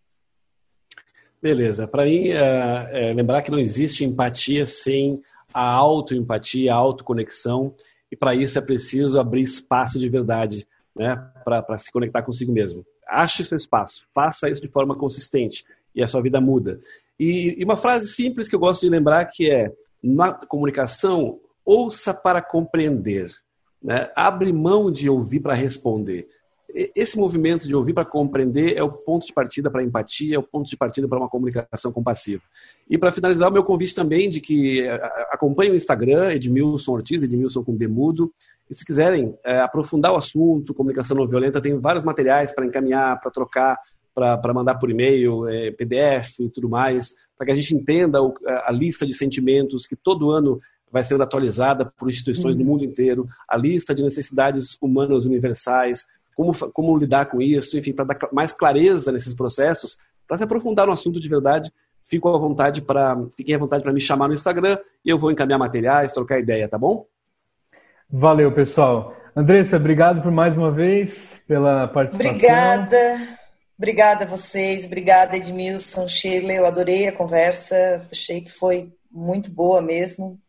Speaker 5: Beleza. Para mim, é, é, lembrar que não existe empatia sem a autoempatia, a autoconexão, e para isso é preciso abrir espaço de verdade, né, para se conectar consigo mesmo. Ache seu espaço, faça isso de forma consistente e a sua vida muda. E, e uma frase simples que eu gosto de lembrar que é, na comunicação, ouça para compreender, né? Abre mão de ouvir para responder. Esse movimento de ouvir para compreender é o ponto de partida para a empatia, é o ponto de partida para uma comunicação compassiva. E para finalizar, o meu convite também de que acompanhem o Instagram, Edmilson Ortiz, Edmilson com Demudo, e se quiserem é, aprofundar o assunto, comunicação não violenta, tem vários materiais para encaminhar, para trocar, para mandar por e-mail, é, P D F e tudo mais, para que a gente entenda o, a lista de sentimentos que todo ano vai sendo atualizada por instituições uhum. do mundo inteiro, a lista de necessidades humanas universais, Como, como lidar com isso, enfim, para dar mais clareza nesses processos, para se aprofundar no assunto de verdade, fico à vontade pra, fiquem à vontade para me chamar no Instagram e eu vou encaminhar materiais, trocar ideia, tá bom?
Speaker 2: Valeu, pessoal. Andressa, obrigado por mais uma vez, pela participação.
Speaker 4: Obrigada, obrigada a vocês, obrigada Edmilson, Shirley, eu adorei a conversa, achei que foi muito boa mesmo.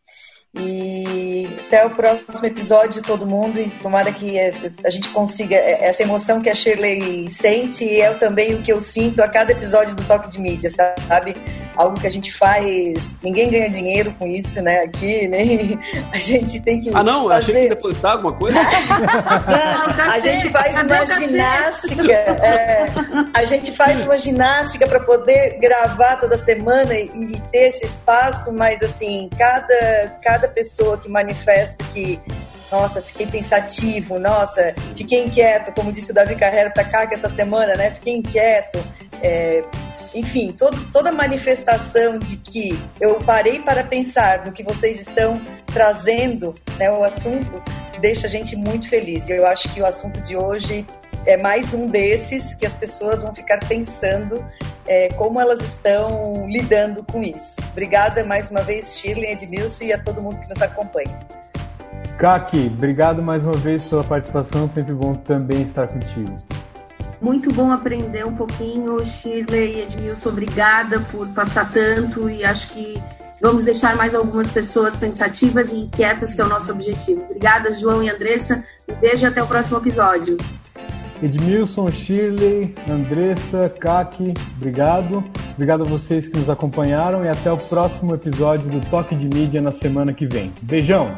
Speaker 4: E até o próximo episódio, todo mundo, e tomara que a gente consiga essa emoção que a Shirley sente, e é também o que eu sinto a cada episódio do Toque de Mídia, sabe? Algo que a gente faz, ninguém ganha dinheiro com isso, né? Aqui, nem a gente tem que
Speaker 5: Ah, não?
Speaker 4: fazer...
Speaker 5: Achei que depositar alguma coisa?
Speaker 4: Não, a gente faz uma ginástica, é, a gente faz uma ginástica para poder gravar toda semana e, e ter esse espaço, mas assim, cada, cada pessoa que manifesta que nossa, fiquei pensativo, nossa, fiquei inquieto, como disse o Davi Carreira para cá que essa semana, né? Fiquei inquieto, é, enfim, todo, toda manifestação de que eu parei para pensar no que vocês estão trazendo, né, o assunto, deixa a gente muito feliz. E eu acho que o assunto de hoje é mais um desses que as pessoas vão ficar pensando é, como elas estão lidando com isso. Obrigada mais uma vez, Shirley, Edmilson, e a todo mundo que nos acompanha.
Speaker 2: Kaki, obrigado mais uma vez pela participação, sempre bom também estar contigo.
Speaker 3: Muito bom aprender um pouquinho, Shirley e Edmilson, obrigada por passar tanto, e acho que vamos deixar mais algumas pessoas pensativas e inquietas, que é o nosso objetivo. Obrigada, João e Andressa, um beijo e até o próximo episódio.
Speaker 2: Edmilson, Shirley, Andressa, Kaki, obrigado. Obrigado a vocês que nos acompanharam e até o próximo episódio do Toque de Mídia na semana que vem. Beijão!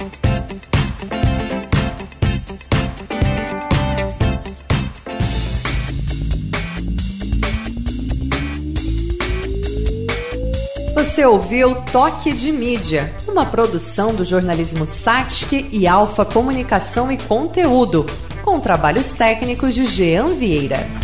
Speaker 1: Você ouviu Toque de Mídia, uma produção do jornalismo Satic e Alfa Comunicação e Conteúdo, com trabalhos técnicos de Jean Vieira.